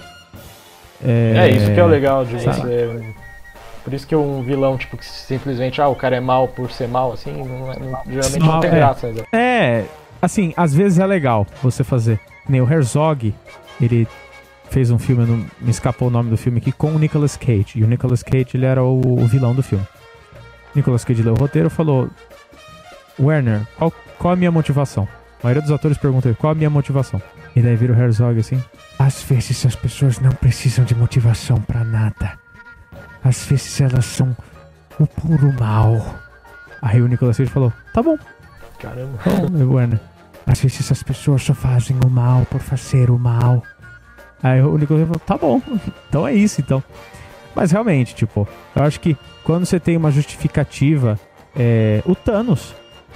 que é o legal de você... Por isso que um vilão, tipo, que simplesmente, o cara é mal por ser mal, assim, geralmente não tem graça. Assim, às vezes é legal você fazer. Nem o Herzog, ele fez um filme, me escapou o nome do filme aqui, com o Nicolas Cage. E o Nicolas Cage, ele era o vilão do filme. O Nicolas Cage leu o roteiro e falou, Werner, qual a minha motivação? A maioria dos atores pergunta, qual a minha motivação? E daí vira o Herzog assim, às vezes as pessoas não precisam de motivação pra nada. Às vezes elas são o puro mal. Aí o Nicolas Cage falou, tá bom. Caramba. Werner, às vezes as pessoas só fazem o mal por fazer o mal. Aí o Nicolas falou, tá bom, então é isso, então. Mas realmente, tipo, eu acho que quando você tem uma justificativa, o Thanos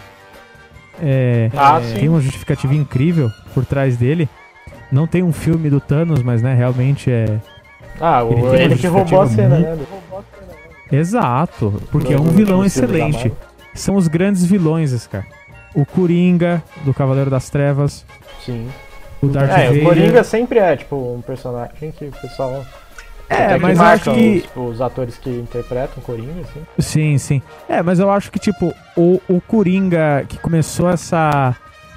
tem uma justificativa incrível por trás dele. Não tem um filme do Thanos, mas né, realmente ele que roubou a cena, né? Exato, porque é um vilão excelente. São os grandes vilões, esse cara. O Coringa, do Cavaleiro das Trevas. Sim. O Darth Vader. O Coringa sempre é, tipo, um personagem que o pessoal... mas eu acho que... Os atores que interpretam o Coringa, assim. Sim. Mas eu acho que, tipo, o Coringa que começou essa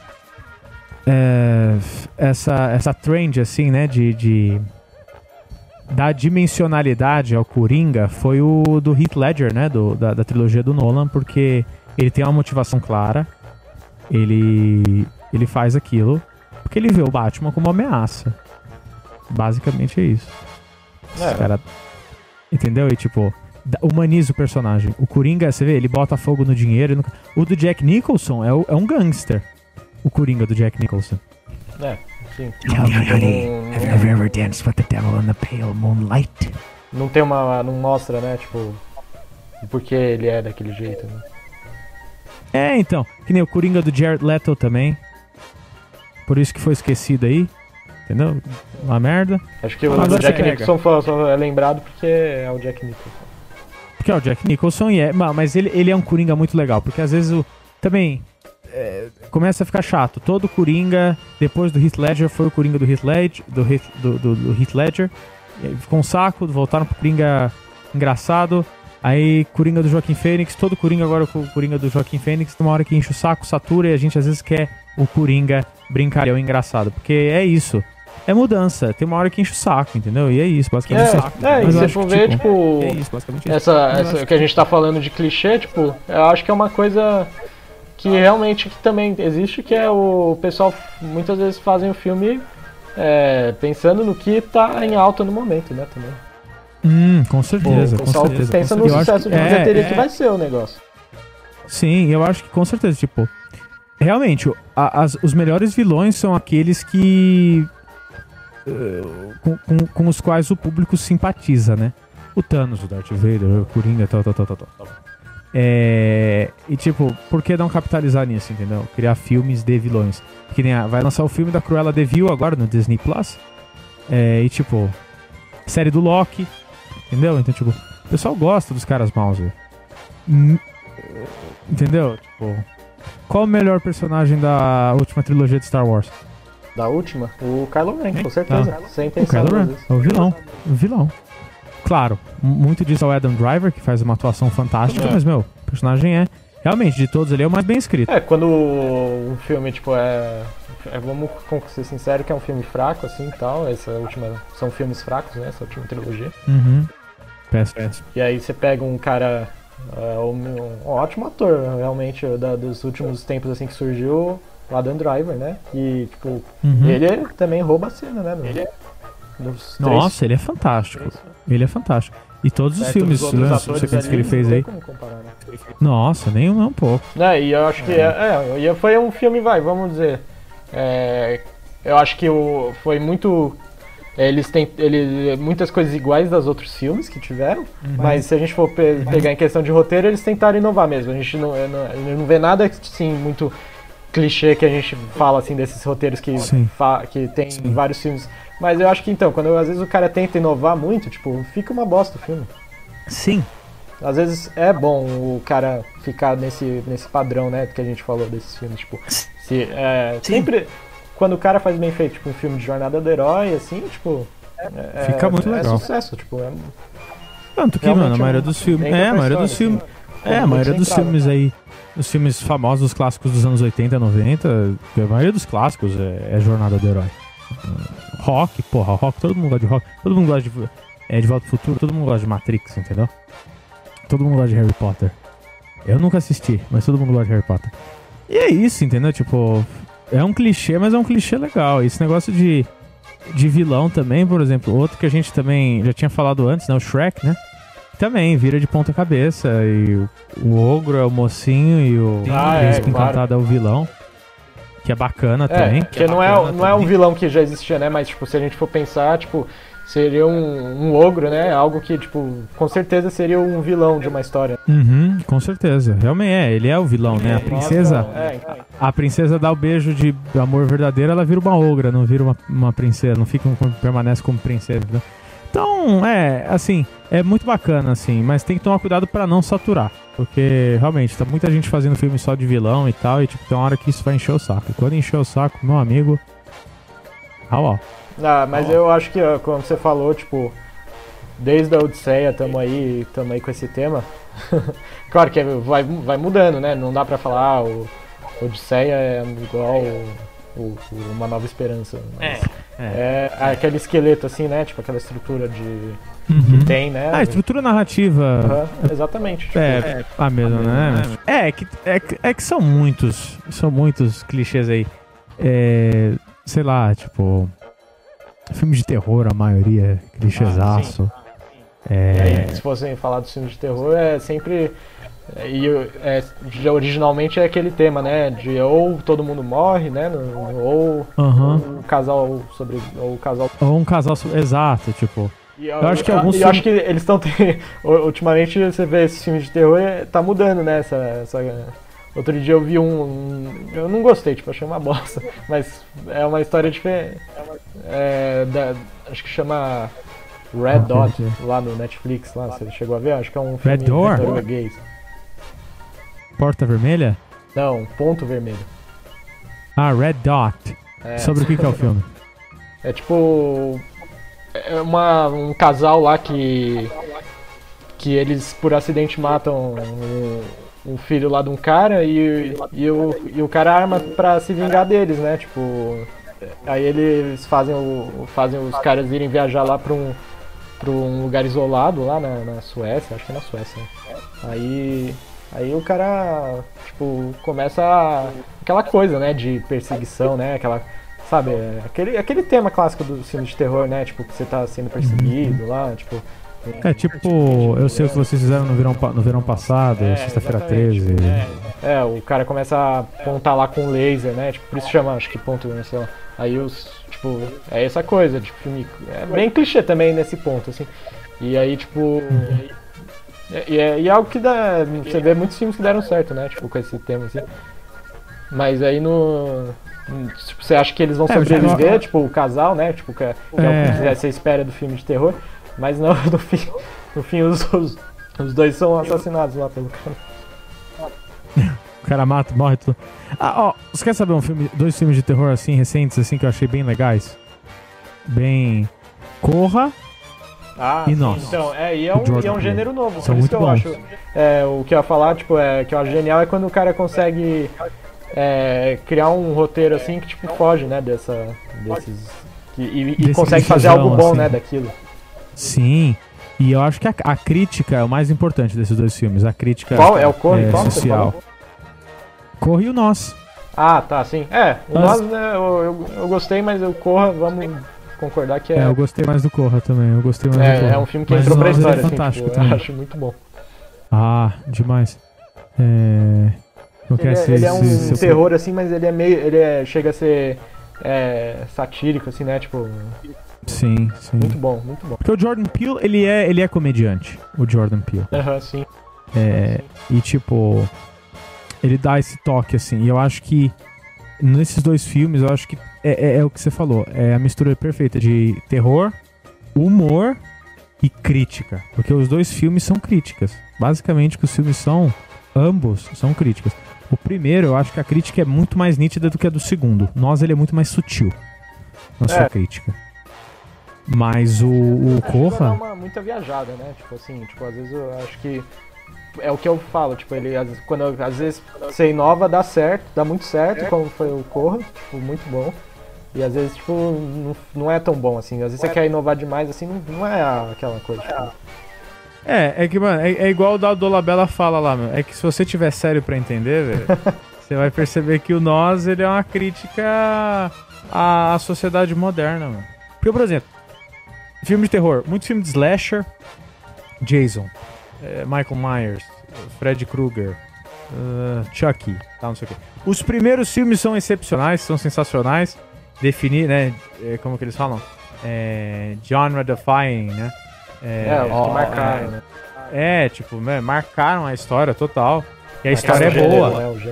trend, assim, né, de dar dimensionalidade ao Coringa foi o do Heath Ledger, né, da trilogia do Nolan, porque ele tem uma motivação clara, ele faz aquilo porque ele vê o Batman como uma ameaça. Basicamente é isso. Cara, entendeu? E tipo, humaniza o personagem. O Coringa, você vê, ele bota fogo no dinheiro. O do Jack Nicholson é um gangster. O Coringa do Jack Nicholson. Sim. Tell me, honey, have you ever danced with the devil in the pale moonlight? Não tem não mostra, né, tipo, porque ele é daquele jeito, né? Então, que nem o Coringa do Jared Leto também. Por isso que foi esquecido aí. Entendeu? Uma merda. Acho que o Jack Nicholson só é lembrado porque é o Jack Nicholson. Porque é o Jack Nicholson mas ele é um Coringa muito legal. Porque às vezes também começa a ficar chato. Todo Coringa, depois do Heath Ledger, foi o Coringa do Heath Ledger. Ficou um saco, voltaram pro Coringa engraçado. Aí, Coringa do Joaquin Phoenix, todo Coringa agora com o Coringa do Joaquin Phoenix, tem uma hora que enche o saco, satura, e a gente às vezes quer o Coringa brincalhão engraçado, porque é isso. É mudança, tem uma hora que enche o saco, entendeu? E é isso, basicamente. E se for ver, tipo, é isso, basicamente essa que a gente tá falando de clichê, tipo, eu acho que é uma coisa que realmente também existe, que é o pessoal muitas vezes fazem o filme pensando no que tá em alta no momento, né, também. Com certeza, o pessoal pensa no sucesso de bilheteria que vai ser o negócio. Sim, eu acho que com certeza, tipo, realmente, os melhores vilões são aqueles que com os quais o público simpatiza, né? O Thanos, o Darth Vader, o Coringa, tal. E tipo, por que não capitalizar nisso, entendeu? Criar filmes de vilões. Que nem vai lançar o filme da Cruella de Vil agora no Disney Plus. E tipo, série do Loki, entendeu? Então, tipo, o pessoal gosta dos caras maus, velho. Entendeu? Tipo, qual o melhor personagem da última trilogia de Star Wars? Da última? O Kylo Ren, com certeza. Sem pensar. O Kylo Ren, é o vilão. Claro, muito disso é o Adam Driver, que faz uma atuação fantástica, mas, meu, o personagem realmente, de todos ali, é o mais bem escrito. Quando um filme, tipo, vamos ser sinceros que é um filme fraco, assim, e tal, são filmes fracos, né, essa última trilogia. Péssimo. E aí você pega um cara, um ótimo ator, realmente, dos últimos tempos, assim, que surgiu, o Adam Driver, né, e, tipo, ele também rouba a cena, né, Nossa, ele é fantástico. Ele é fantástico. E todos os filmes, os sequências que ele fez aí. Comparar, né? Nossa, nem um pouco. E eu acho que foi um filme, vamos dizer. Eu acho que foi muito. Eles têm muitas coisas iguais das outros filmes que tiveram, mas se a gente for pegar em questão de roteiro, eles tentaram inovar mesmo. A gente não vê nada assim muito clichê que a gente fala assim desses roteiros que tem vários filmes. Mas eu acho que então, quando às vezes o cara tenta inovar muito, tipo, fica uma bosta o filme. Sim. Às vezes é bom o cara ficar nesse padrão, né, que a gente falou desses filmes, tipo, sempre quando o cara faz bem feito, tipo, um filme de jornada do herói, assim, tipo, fica muito legal. É sucesso, tipo, tanto que, mano, a maioria dos filmes, a maioria dos filmes aí, os filmes famosos, os clássicos dos anos 80, 90, a maioria dos clássicos é jornada do herói. Rock, todo mundo gosta de rock, todo mundo gosta de Volta ao Futuro, todo mundo gosta de Matrix, entendeu? Todo mundo gosta de Harry Potter. Eu nunca assisti, mas todo mundo gosta de Harry Potter. E é isso, entendeu? Tipo, é um clichê, mas é um clichê legal. Esse negócio de vilão também, por exemplo, outro que a gente também já tinha falado antes, né? O Shrek, né? Também vira de ponta cabeça, e o ogro é o mocinho e o príncipe encantado é o vilão. Que é bacana também. Porque não é um vilão que já existia, né? Mas, tipo, se a gente for pensar, tipo, seria um ogro, né? Algo que, tipo, com certeza seria um vilão de uma história. Com certeza. Realmente ele é o vilão, né? A princesa. A princesa dá o beijo de amor verdadeiro, ela vira uma ogra, não vira uma princesa, não permanece como princesa. Né? Então, assim, é muito bacana, assim, mas tem que tomar cuidado pra não saturar. Porque, realmente, tá muita gente fazendo filme só de vilão e tal, e, tipo, tem uma hora que isso vai encher o saco. E quando encher o saco, meu amigo... Mas eu acho que, como você falou, tipo, desde a Odisseia tamo aí com esse tema. Claro que vai mudando, né? Não dá pra falar, o Odisseia é igual Uma Nova Esperança. Mas aquele esqueleto, assim, né? Tipo, aquela estrutura que tem, né? A estrutura narrativa. Exatamente. Tipo, a mesma, né? É que são muitos clichês aí. Sei lá, tipo... Filme de terror, a maioria é clichêsaço. Se fossem falar dos filmes de terror, é sempre... originalmente é aquele tema, né? De ou todo mundo morre, né? Ou um casal Ou um casal... Exato, tipo... Eu acho que eles estão... Ultimamente você vê esses filmes de terror, tá mudando, né? Outro dia eu vi eu não gostei, tipo, achei uma bosta. Mas é uma história diferente. Acho que chama Red Dot, lá no Netflix, lá, você chegou a ver? Acho que é um filme norueguês. Porta Vermelha? Não, Ponto Vermelho. Ah, Red Dot. Sobre o que é o filme? É tipo... É um casal lá que eles por acidente matam um filho lá de um cara e o cara arma pra se vingar deles, né? Tipo... Aí eles fazem os caras irem viajar lá pra um lugar isolado lá na Suécia, acho que é na Suécia. Aí o cara, tipo, começa aquela coisa, né, de perseguição, né, aquela, sabe, aquele tema clássico do filme de terror, né, tipo, que você tá sendo perseguido lá, tipo... tipo, eu sei o que vocês fizeram no verão passado, sexta-feira 13. O cara começa a apontar lá com laser, né, tipo, por isso chama, acho que ponto, né, sei lá. Aí tipo, é essa coisa, tipo, filme, é bem clichê também nesse ponto, assim. E aí, tipo... E é algo que dá... Você vê muitos filmes que deram certo, né? Tipo, com esse tema, assim. Mas aí tipo, você acha que eles vão sobreviver, tipo, o casal, né? Tipo, que é o que você espera do filme de terror. Mas não, no fim os dois são assassinados lá pelo cara. O cara mata, morre tudo. Você quer saber dois filmes de terror, assim, recentes, assim, que eu achei bem legais? Bem... Corra... e Nós. Então, e é um gênero novo, são por isso que eu bons. acho. O que eu ia falar, tipo, que eu acho genial é quando o cara consegue criar um roteiro assim que tipo foge, né, desses. E consegue fazer algo bom, assim, né, daquilo. Sim. E eu acho que a crítica é o mais importante desses dois filmes. A crítica qual é o Corre, social. Corre e o Nós. Ah, tá, sim. O Nós, né, eu gostei, mas o Corra, vamos concordar que eu gostei mais do Corra também. Eu gostei mais do Corra. É um filme que entrou pra história, assim, fantástico tipo, eu acho muito bom. Demais. Ele é um terror, assim, mas ele é meio. Chega a ser satírico, assim, né? Tipo. Sim. Muito bom, muito bom. Porque o Jordan Peele, ele é comediante. O Jordan Peele. Sim. E tipo, ele dá esse toque, assim. E eu acho que nesses dois filmes, eu acho que é o que você falou. É a mistura perfeita de terror, humor e crítica. Porque os dois filmes são críticas. Basicamente, o que os filmes são, ambos são críticas. O primeiro, eu acho que a crítica é muito mais nítida do que a do segundo. Nós, ele é muito mais sutil na sua crítica. Mas o Corra... Dá uma muita viajada, né? Tipo assim, às vezes eu acho que é o que eu falo, tipo, ele às vezes você inova, dá certo, dá muito certo, como foi o Corra, tipo, muito bom. E às vezes, tipo, não é tão bom, assim. Às vezes você quer inovar demais, assim, não é aquela coisa, tipo... É que, mano, é igual o Dolabella fala lá, meu. É que se você tiver sério pra entender, velho, você vai perceber que o Nós, ele é uma crítica à sociedade moderna, mano. Porque, por exemplo, filme de terror, muito filme de slasher, Jason, Michael Myers, Freddy Krueger, Chucky, tal, não sei o quê. Os primeiros filmes são excepcionais, são sensacionais, definir, né, como que eles falam? Genre defying, né? Que marcaram, né? Tipo, marcaram a história total. E a história é boa.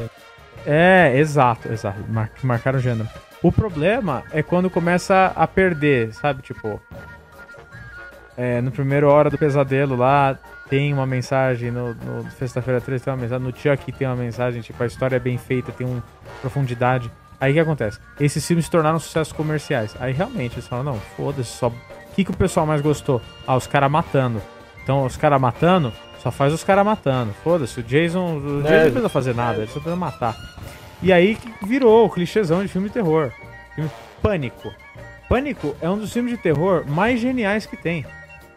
Exato. Marcaram o gênero. O problema é quando começa a perder, sabe? Tipo, no primeiro Hora do Pesadelo lá, tem uma mensagem, no Sexta-feira 13 tem uma mensagem, no Chucky tem uma mensagem, tipo, a história é bem feita, tem uma profundidade. Aí o que acontece? Esses filmes se tornaram sucessos comerciais. Aí realmente eles falam, não, foda-se, só... O que o pessoal mais gostou? Os caras matando. Então, os caras matando, só faz os caras matando. Foda-se, o Jason não precisa fazer nada, ele só precisa matar. E aí virou o clichêzão de filme de terror. Pânico. Pânico é um dos filmes de terror mais geniais que tem.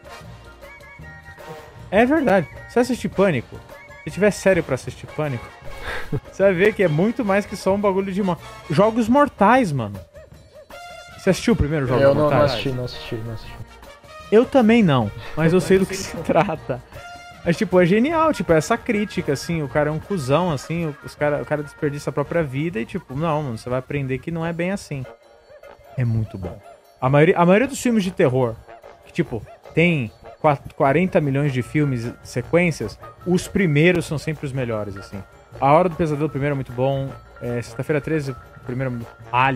É verdade. Se você assistir Pânico, se tiver sério pra assistir Pânico, você vai ver que é muito mais que só um bagulho de Jogos Mortais, mano. Você assistiu o primeiro Jogos Mortais? Eu não assisti. Eu também não, mas eu sei do que se trata. Mas, tipo, é genial, tipo, essa crítica, assim, o cara é um cuzão, assim, o cara desperdiça a própria vida e, tipo, não, mano, você vai aprender que não é bem assim. É muito bom. A maioria dos filmes de terror, que, tipo, tem 40 milhões de filmes, sequências, os primeiros são sempre os melhores, assim. A Hora do Pesadelo, o primeiro é muito bom. Sexta-feira 13, o primeiro é muito...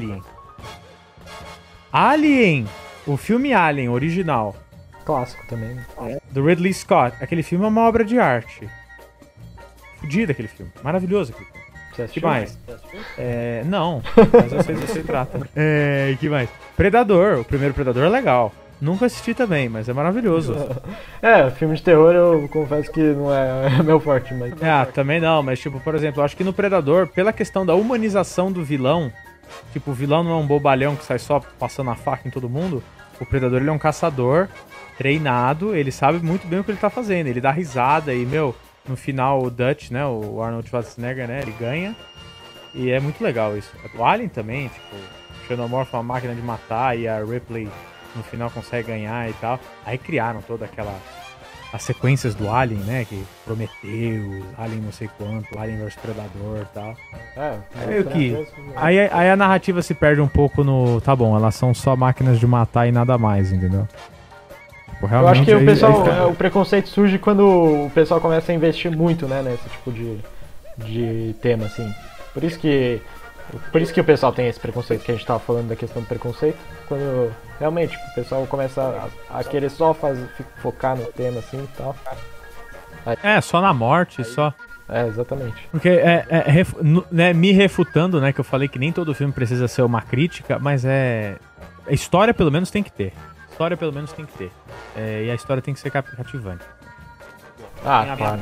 Alien! O filme Alien, original. Clássico também. Do Ridley Scott. Aquele filme é uma obra de arte. Fudido aquele filme. Maravilhoso aquele filme. Que mais? Não, mas eu sei do que se trata. Que mais? Predador, o primeiro Predador é legal. Nunca assisti também, mas é maravilhoso. Filme de terror eu confesso que não é meu forte, mas... Também não, mas tipo, por exemplo, eu acho que no Predador, pela questão da humanização do vilão, tipo, o vilão não é um bobalhão que sai só passando a faca em todo mundo, o Predador ele é um caçador treinado, ele sabe muito bem o que ele tá fazendo, ele dá risada e, no final o Dutch, né, o Arnold Schwarzenegger, né, ele ganha, e é muito legal isso. O Alien também, tipo, o Xenomorph é uma máquina de matar e a Ripley no final consegue ganhar e tal. Aí criaram toda aquela... as sequências do Alien, né, que Prometheus, Alien não sei quanto, Alien vs Predador e tal. Meio que... Aí a narrativa se perde um pouco no... Tá bom, elas são só máquinas de matar e nada mais, entendeu? Eu acho que o preconceito surge quando o pessoal começa a investir muito, né, nesse tipo de tema, assim. Por isso que o pessoal tem esse preconceito que a gente tava falando da questão do preconceito. Quando realmente o pessoal começa a querer só focar no tema, assim e tal. Só na morte, só... exatamente. Porque me refutando, né, que eu falei que nem todo filme precisa ser uma crítica, mas a história pelo menos tem que ter. E a história tem que ser cativante. Claro.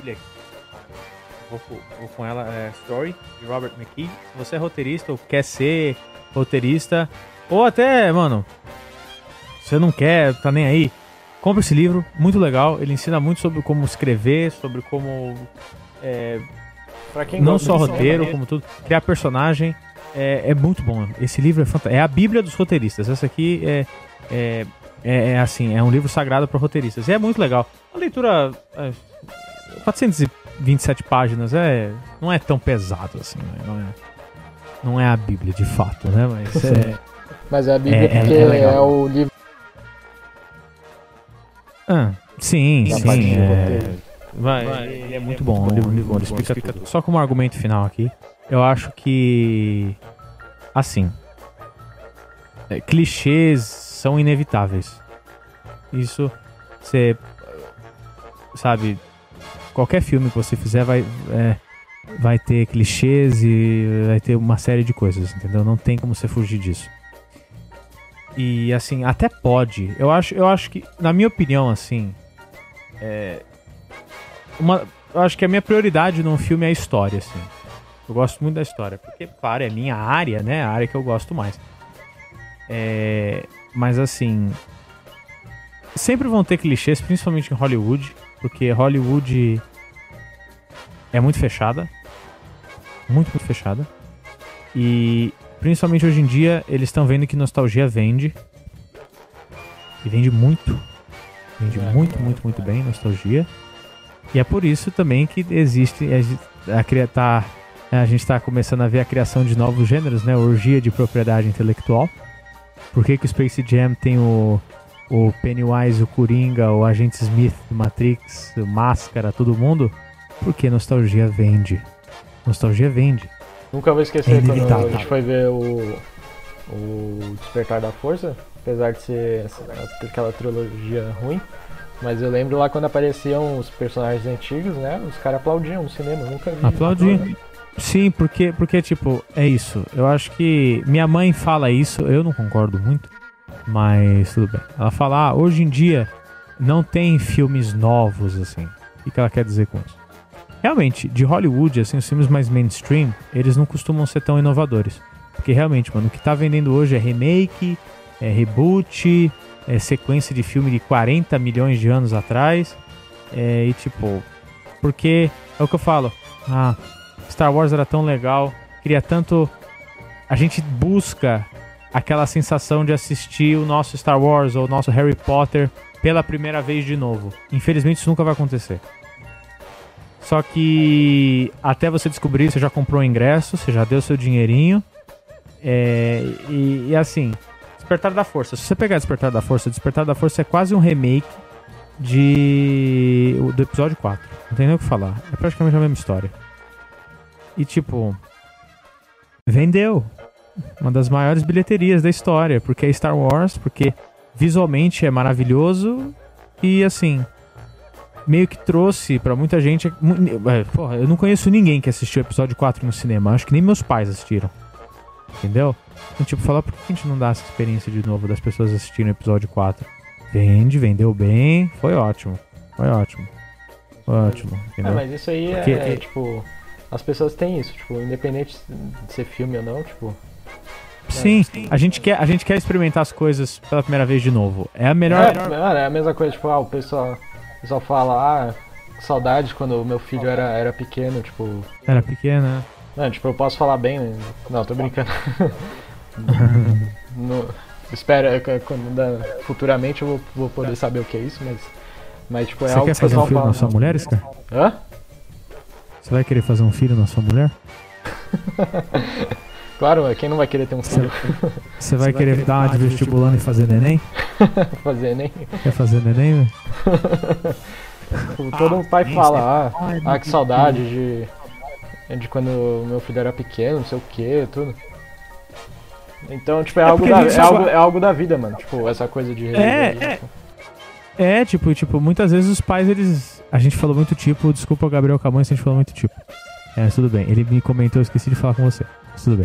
Vou com ela, Story, de Robert McKee. Se você é roteirista ou quer ser roteirista, ou até, mano, você não quer, tá nem aí, compra esse livro, muito legal. Ele ensina muito sobre como escrever, sobre como... pra quem não só roteiro, como tudo. Criar personagem. É muito bom. Esse livro é fantástico. É a bíblia dos roteiristas. Essa aqui assim, é um livro sagrado para roteiristas. E é muito legal. A leitura... 427 páginas não é tão pesado assim, né? Não é a Bíblia de fato, né? Mas mas é a Bíblia porque é o livro. Sim. Ele é muito bom, um livro muito bom, ele explica tudo. Só como argumento final aqui, eu acho que, assim, clichês são inevitáveis. Isso, você sabe... Qualquer filme que você fizer vai ter clichês e vai ter uma série de coisas, entendeu? Não tem como você fugir disso. E, assim, até pode. Eu acho que, na minha opinião, assim... eu acho que a minha prioridade num filme é a história, assim. Eu gosto muito da história. Porque, claro, é minha área, né? A área que eu gosto mais. Mas, assim... Sempre vão ter clichês, principalmente em Hollywood... Porque Hollywood é muito fechada. Muito fechada. E principalmente hoje em dia, eles estão vendo que nostalgia vende. E vende muito. Vende muito bem nostalgia. E é por isso também que existe... A gente está começando a ver a criação de novos gêneros, né? Orgia de propriedade intelectual. Por que o Space Jam tem o Pennywise, o Coringa, o Agente Smith do Matrix, o Máscara, todo mundo? Porque nostalgia vende. Nostalgia vende. Nunca vou esquecer quando a gente foi ver o Despertar da Força, apesar de ser aquela trilogia ruim. Mas eu lembro lá quando apareciam os personagens antigos, né? Os caras aplaudiam no cinema, eu nunca vi. Aplaudiam. Sim, porque, tipo, é isso. Eu acho que minha mãe fala isso, eu não concordo muito. Mas tudo bem. Ela fala, hoje em dia não tem filmes novos, assim. O que ela quer dizer com isso? Realmente, de Hollywood, assim, os filmes mais mainstream, eles não costumam ser tão inovadores. Porque realmente, mano, o que tá vendendo hoje é remake, é reboot, é sequência de filme de 40 milhões de anos atrás. E tipo, porque é o que eu falo. Star Wars era tão legal, queria tanto... A gente busca aquela sensação de assistir o nosso Star Wars ou o nosso Harry Potter pela primeira vez de novo. Infelizmente isso nunca vai acontecer. Só que até você descobrir, você já comprou o ingresso, você já deu seu dinheirinho. E assim, Despertar da Força. Se você pegar Despertar da Força é quase um remake do episódio 4. Não tem nem o que falar. É praticamente a mesma história. E tipo, vendeu. Uma das maiores bilheterias da história, porque é Star Wars, porque visualmente é maravilhoso e assim, meio que trouxe pra muita gente... Porra, eu não conheço ninguém que assistiu o episódio 4 no cinema. Acho que nem meus pais assistiram. Entendeu? Então, tipo, falar por que a gente não dá essa experiência de novo das pessoas assistirem o episódio 4? Vendeu bem, foi ótimo. Entendeu? Mas isso aí tipo... As pessoas têm isso, tipo, independente de ser filme ou não, tipo... Sim, a gente quer experimentar as coisas pela primeira vez de novo. É a melhor... É a mesma coisa, tipo, o pessoal fala, saudade quando o meu filho era pequeno, tipo... Era pequeno, né? Não, tipo, eu posso falar bem, né? Não, tô brincando. Espero, futuramente eu vou poder saber o que é isso, mas tipo, Você quer fazer um filho na sua mulher, Scar? Hã? Você vai querer fazer um filho na sua mulher? Claro, quem não vai querer ter um filho? Você vai querer dar uma de vestibulando e fazer neném? Fazer neném? Quer fazer neném, velho? Todo pai fala, que saudade de quando meu filho era pequeno, não sei o que, tudo. Então, tipo, é algo da vida, mano. Tipo, essa coisa de... Tipo, muitas vezes os pais, a gente falou muito tipo, desculpa, Gabriel Camões, a gente falou muito tipo. Mas tudo bem, ele me comentou, eu esqueci de falar com você. Mas tudo bem.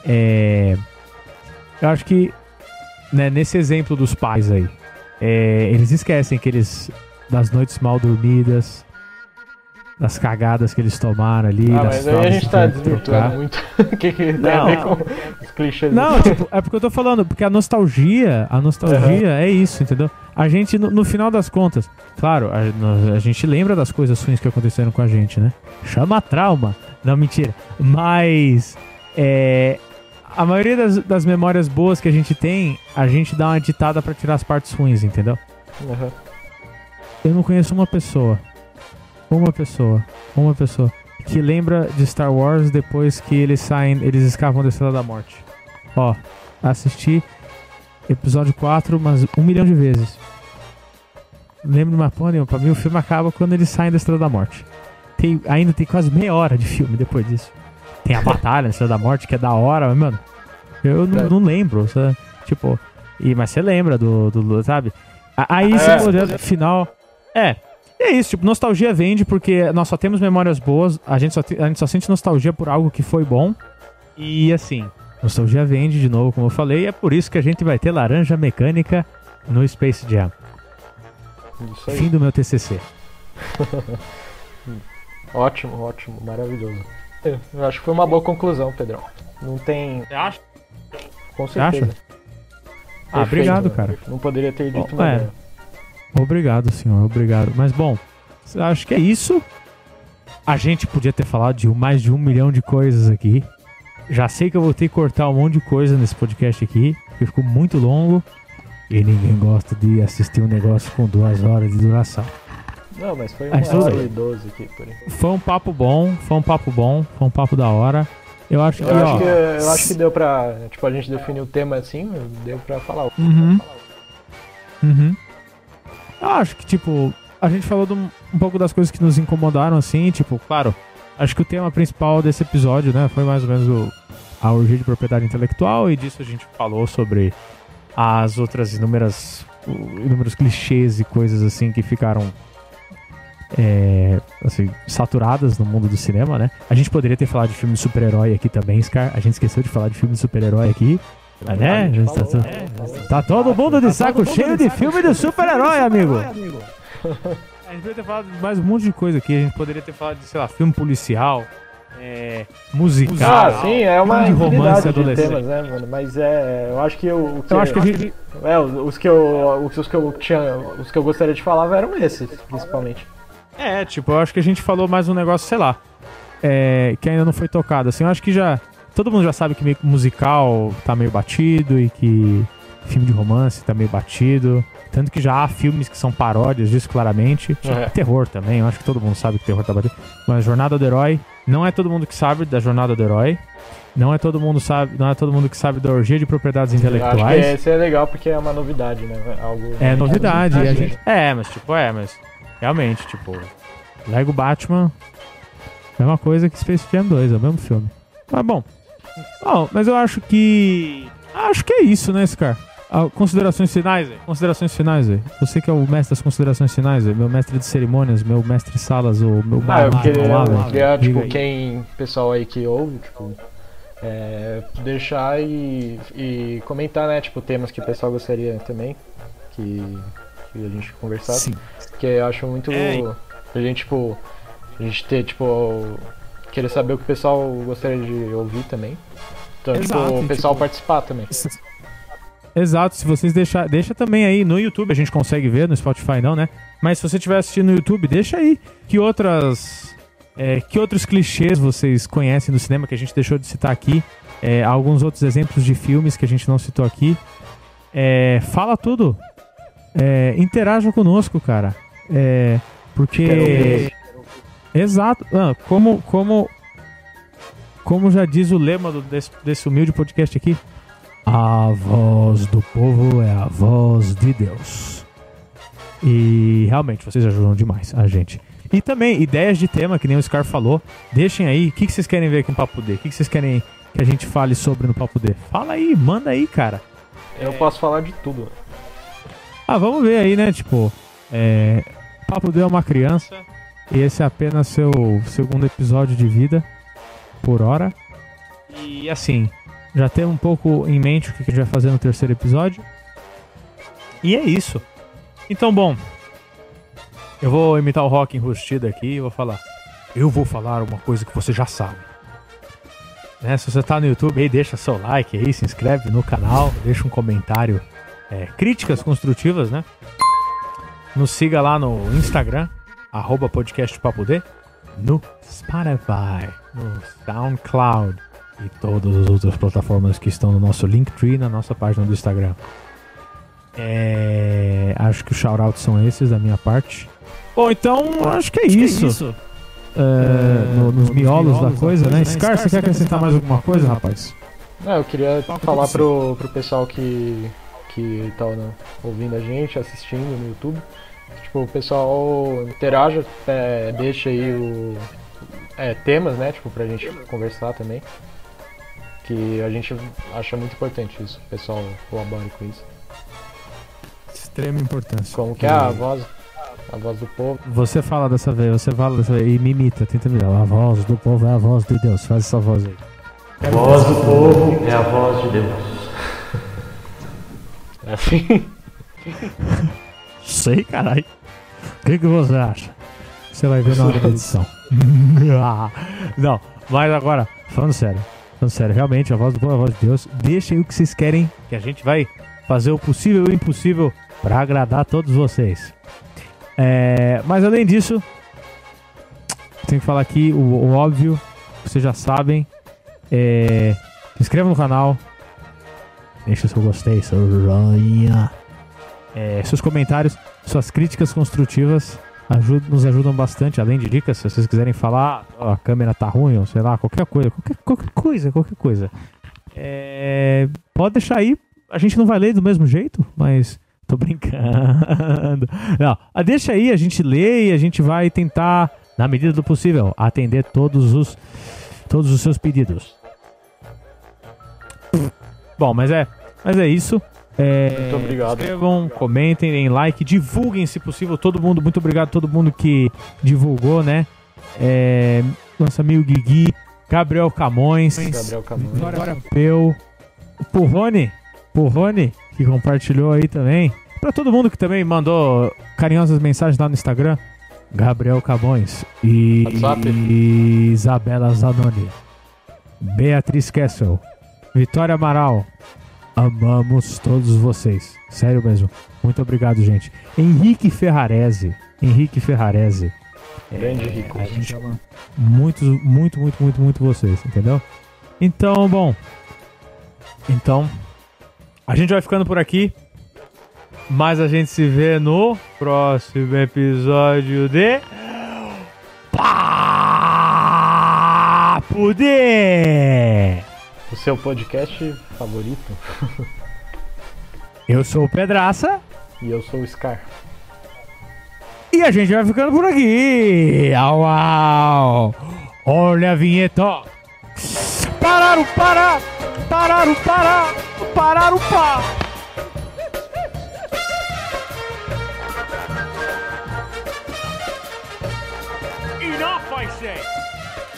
Eu acho que, né, nesse exemplo dos pais aí, eles esquecem que das noites mal dormidas, das cagadas que eles tomaram ali. Mas aí a gente tá desvirtuando muito. O que tem a ver com os clichês? Não, tipo, é porque eu tô falando, porque a nostalgia é isso, entendeu? A gente, no final das contas, claro, a gente lembra das coisas ruins que aconteceram com a gente, né? Chama trauma. Não, mentira. Mas, a maioria das memórias boas que a gente tem, a gente dá uma ditada pra tirar as partes ruins, entendeu? Uhum. Eu não conheço uma pessoa que lembra de Star Wars depois que eles escapam da Estrela da Morte. Ó, assisti episódio 4 umas 1 milhão de vezes. Lembro de uma porra nenhuma. Pra mim o filme acaba quando eles saem da Estrela da Morte. Ainda tem quase meia hora de filme depois disso. Tem a batalha na Estrela da Morte, que é da hora, mas, mano, eu não lembro, sabe? Tipo, mas você lembra do sabe? Aí esse final... É isso, tipo, nostalgia vende porque nós só temos memórias boas, a gente só sente nostalgia por algo que foi bom. E assim, nostalgia vende, de novo, como eu falei, e é por isso que a gente vai ter Laranja Mecânica no Space Jam. Isso aí. Fim do meu TCC. Ótimo, maravilhoso. Eu acho que foi uma boa conclusão, Pedrão. Não tem... Você acha? Com certeza. Você acha? Obrigado, cara. Não poderia ter dito melhor. Obrigado, senhor, obrigado. Mas, bom, acho que é isso. A gente podia ter falado de mais de 1 milhão de coisas aqui. Já sei que eu vou ter que cortar um monte de coisa nesse podcast aqui, porque ficou muito longo. E ninguém gosta de assistir um negócio com 2 horas de duração. Não, mas foi 1h12 aqui, por aí. Foi um papo bom, foi um papo da hora. Eu acho que deu pra... Tipo, a gente definiu o tema assim, deu pra falar. Eu acho que, tipo, a gente falou um pouco das coisas que nos incomodaram, assim, tipo, claro, acho que o tema principal desse episódio, né, foi mais ou menos a orgia de propriedade intelectual, e disso a gente falou sobre as outras inúmeros clichês e coisas, assim, que ficaram, assim, saturadas no mundo do cinema, né. A gente poderia ter falado de filme de super-herói aqui também, Scar, a gente esqueceu de falar de filme de super-herói aqui. Né? Tá todo mundo de saco cheio de filme de super-herói, amigo. A gente poderia ter falado de mais um monte de coisa aqui. A gente poderia ter falado de, sei lá, filme policial, musical. Sim, é uma de romance adolescente. Temas, né, mano? Mas eu acho que os que eu gostaria de falar eram esses, principalmente. Tipo, eu acho que a gente falou mais um negócio, sei lá, que ainda não foi tocado. Assim, eu acho que todo mundo já sabe que meio que musical tá meio batido e que filme de romance tá meio batido. Tanto que já há filmes que são paródias disso, claramente. Terror também, eu acho que todo mundo sabe que terror tá batido. Mas Jornada do Herói, não é todo mundo que sabe da Jornada do Herói. Não é todo mundo que sabe da orgia de propriedades intelectuais. Eu acho que esse é legal porque é uma novidade, né? Novidade. Mas realmente, tipo, Lego Batman é uma coisa que Space Jam 2, é o mesmo filme. Mas bom, mas eu acho que é isso, né, Scar? considerações finais aí. Você que é o mestre das considerações finais aí. Meu mestre de cerimônias, meu mestre Salas, o meu eu queria tipo, pessoal aí que ouve, tipo, deixar e comentar, né, tipo, temas que o pessoal gostaria também que a gente conversasse. Sim. Que eu acho muito a gente ter, tipo, querer saber o que o pessoal gostaria de ouvir também. Então, exato, tipo, o pessoal participar também. Exato, se vocês deixa também aí no YouTube, a gente consegue ver, no Spotify não, né? Mas se você estiver assistindo no YouTube, deixa aí que outros clichês vocês conhecem do cinema que a gente deixou de citar aqui, alguns outros exemplos de filmes que a gente não citou aqui. Fala tudo, interaja conosco, cara, porque... Exato, como já diz o lema desse humilde podcast aqui, a voz do povo é a voz de Deus. E realmente, vocês ajudam demais a gente. E também, ideias de tema, que nem o Scar falou. Deixem aí, o que vocês querem ver aqui no Papo D? O que vocês querem que a gente fale sobre no Papo D? Fala aí, manda aí, cara. Eu posso falar de tudo. Vamos ver aí, né? Tipo, Papo D é uma criança. E esse é apenas seu segundo episódio de vida por hora. E assim, já tem um pouco em mente o que a gente vai fazer no terceiro episódio. E é isso. Então, bom, eu vou imitar o Rock enrustido aqui e vou falar. Eu vou falar uma coisa que você já sabe. Né? Se você tá no YouTube aí, deixa seu like aí, se inscreve no canal, deixa um comentário. Críticas construtivas, né? Nos siga lá no Instagram, @podcastpapod, no Spotify, no SoundCloud e todas as outras plataformas que estão no nosso Linktree, na nossa página do Instagram. Acho que os shoutouts são esses da minha parte. Bom, então acho que é isso. Nos miolos da coisa, né? Scar, você quer acrescentar mais alguma coisa, rapaz? Eu queria falar pro pessoal que tá ouvindo a gente, assistindo no YouTube. Tipo, o pessoal interaja, deixa aí temas, né, tipo, pra gente conversar também. Que a gente acha muito importante isso, o pessoal colabore com isso. Extrema importância. Como que é a voz do povo? Você fala dessa vez e me imita, tenta me dar. A voz do povo é a voz de Deus, faz essa voz aí. A voz do povo é a voz de Deus. É assim? Sei, caralho. O que você acha? Você vai ver na hora da edição. Não, mas agora, falando sério, realmente, a voz do povo é a voz de Deus. Deixem o que vocês querem, que a gente vai fazer o possível e o impossível pra agradar todos vocês. Mas além disso, tenho que falar aqui o óbvio, vocês já sabem. Se inscreva no canal, deixa o seu gostei, seu joinha. Seus comentários, suas críticas construtivas nos ajudam bastante, além de dicas. Se vocês quiserem falar, a câmera tá ruim, ou sei lá, qualquer coisa. Pode deixar aí, a gente não vai ler do mesmo jeito, mas tô brincando. Não, deixa aí, a gente lê e a gente vai tentar, na medida do possível, atender todos os seus pedidos. Bom, mas é isso. Muito obrigado. Inscrevam, comentem, deem like, divulguem se possível. Todo mundo, muito obrigado a todo mundo que divulgou, né? Nosso amigo Guigui, Gabriel Camões, Vitória Peu, o Purrone, que compartilhou aí também. Pra todo mundo que também mandou carinhosas mensagens lá no Instagram, Gabriel Camões e Isabela Zanoni, Beatriz Kessel, Vitória Amaral. Amamos todos vocês. Sério mesmo. Muito obrigado, gente. Henrique Ferrarese. Grande Rico. A gente ama muito vocês, entendeu? Então, bom. A gente vai ficando por aqui. Mas a gente se vê no próximo episódio de Papo D! O seu podcast favorito? Eu sou o Pedraça. E eu sou o Scar. E a gente vai ficando por aqui. Au! Olha a vinheta. Pararam, para! I say.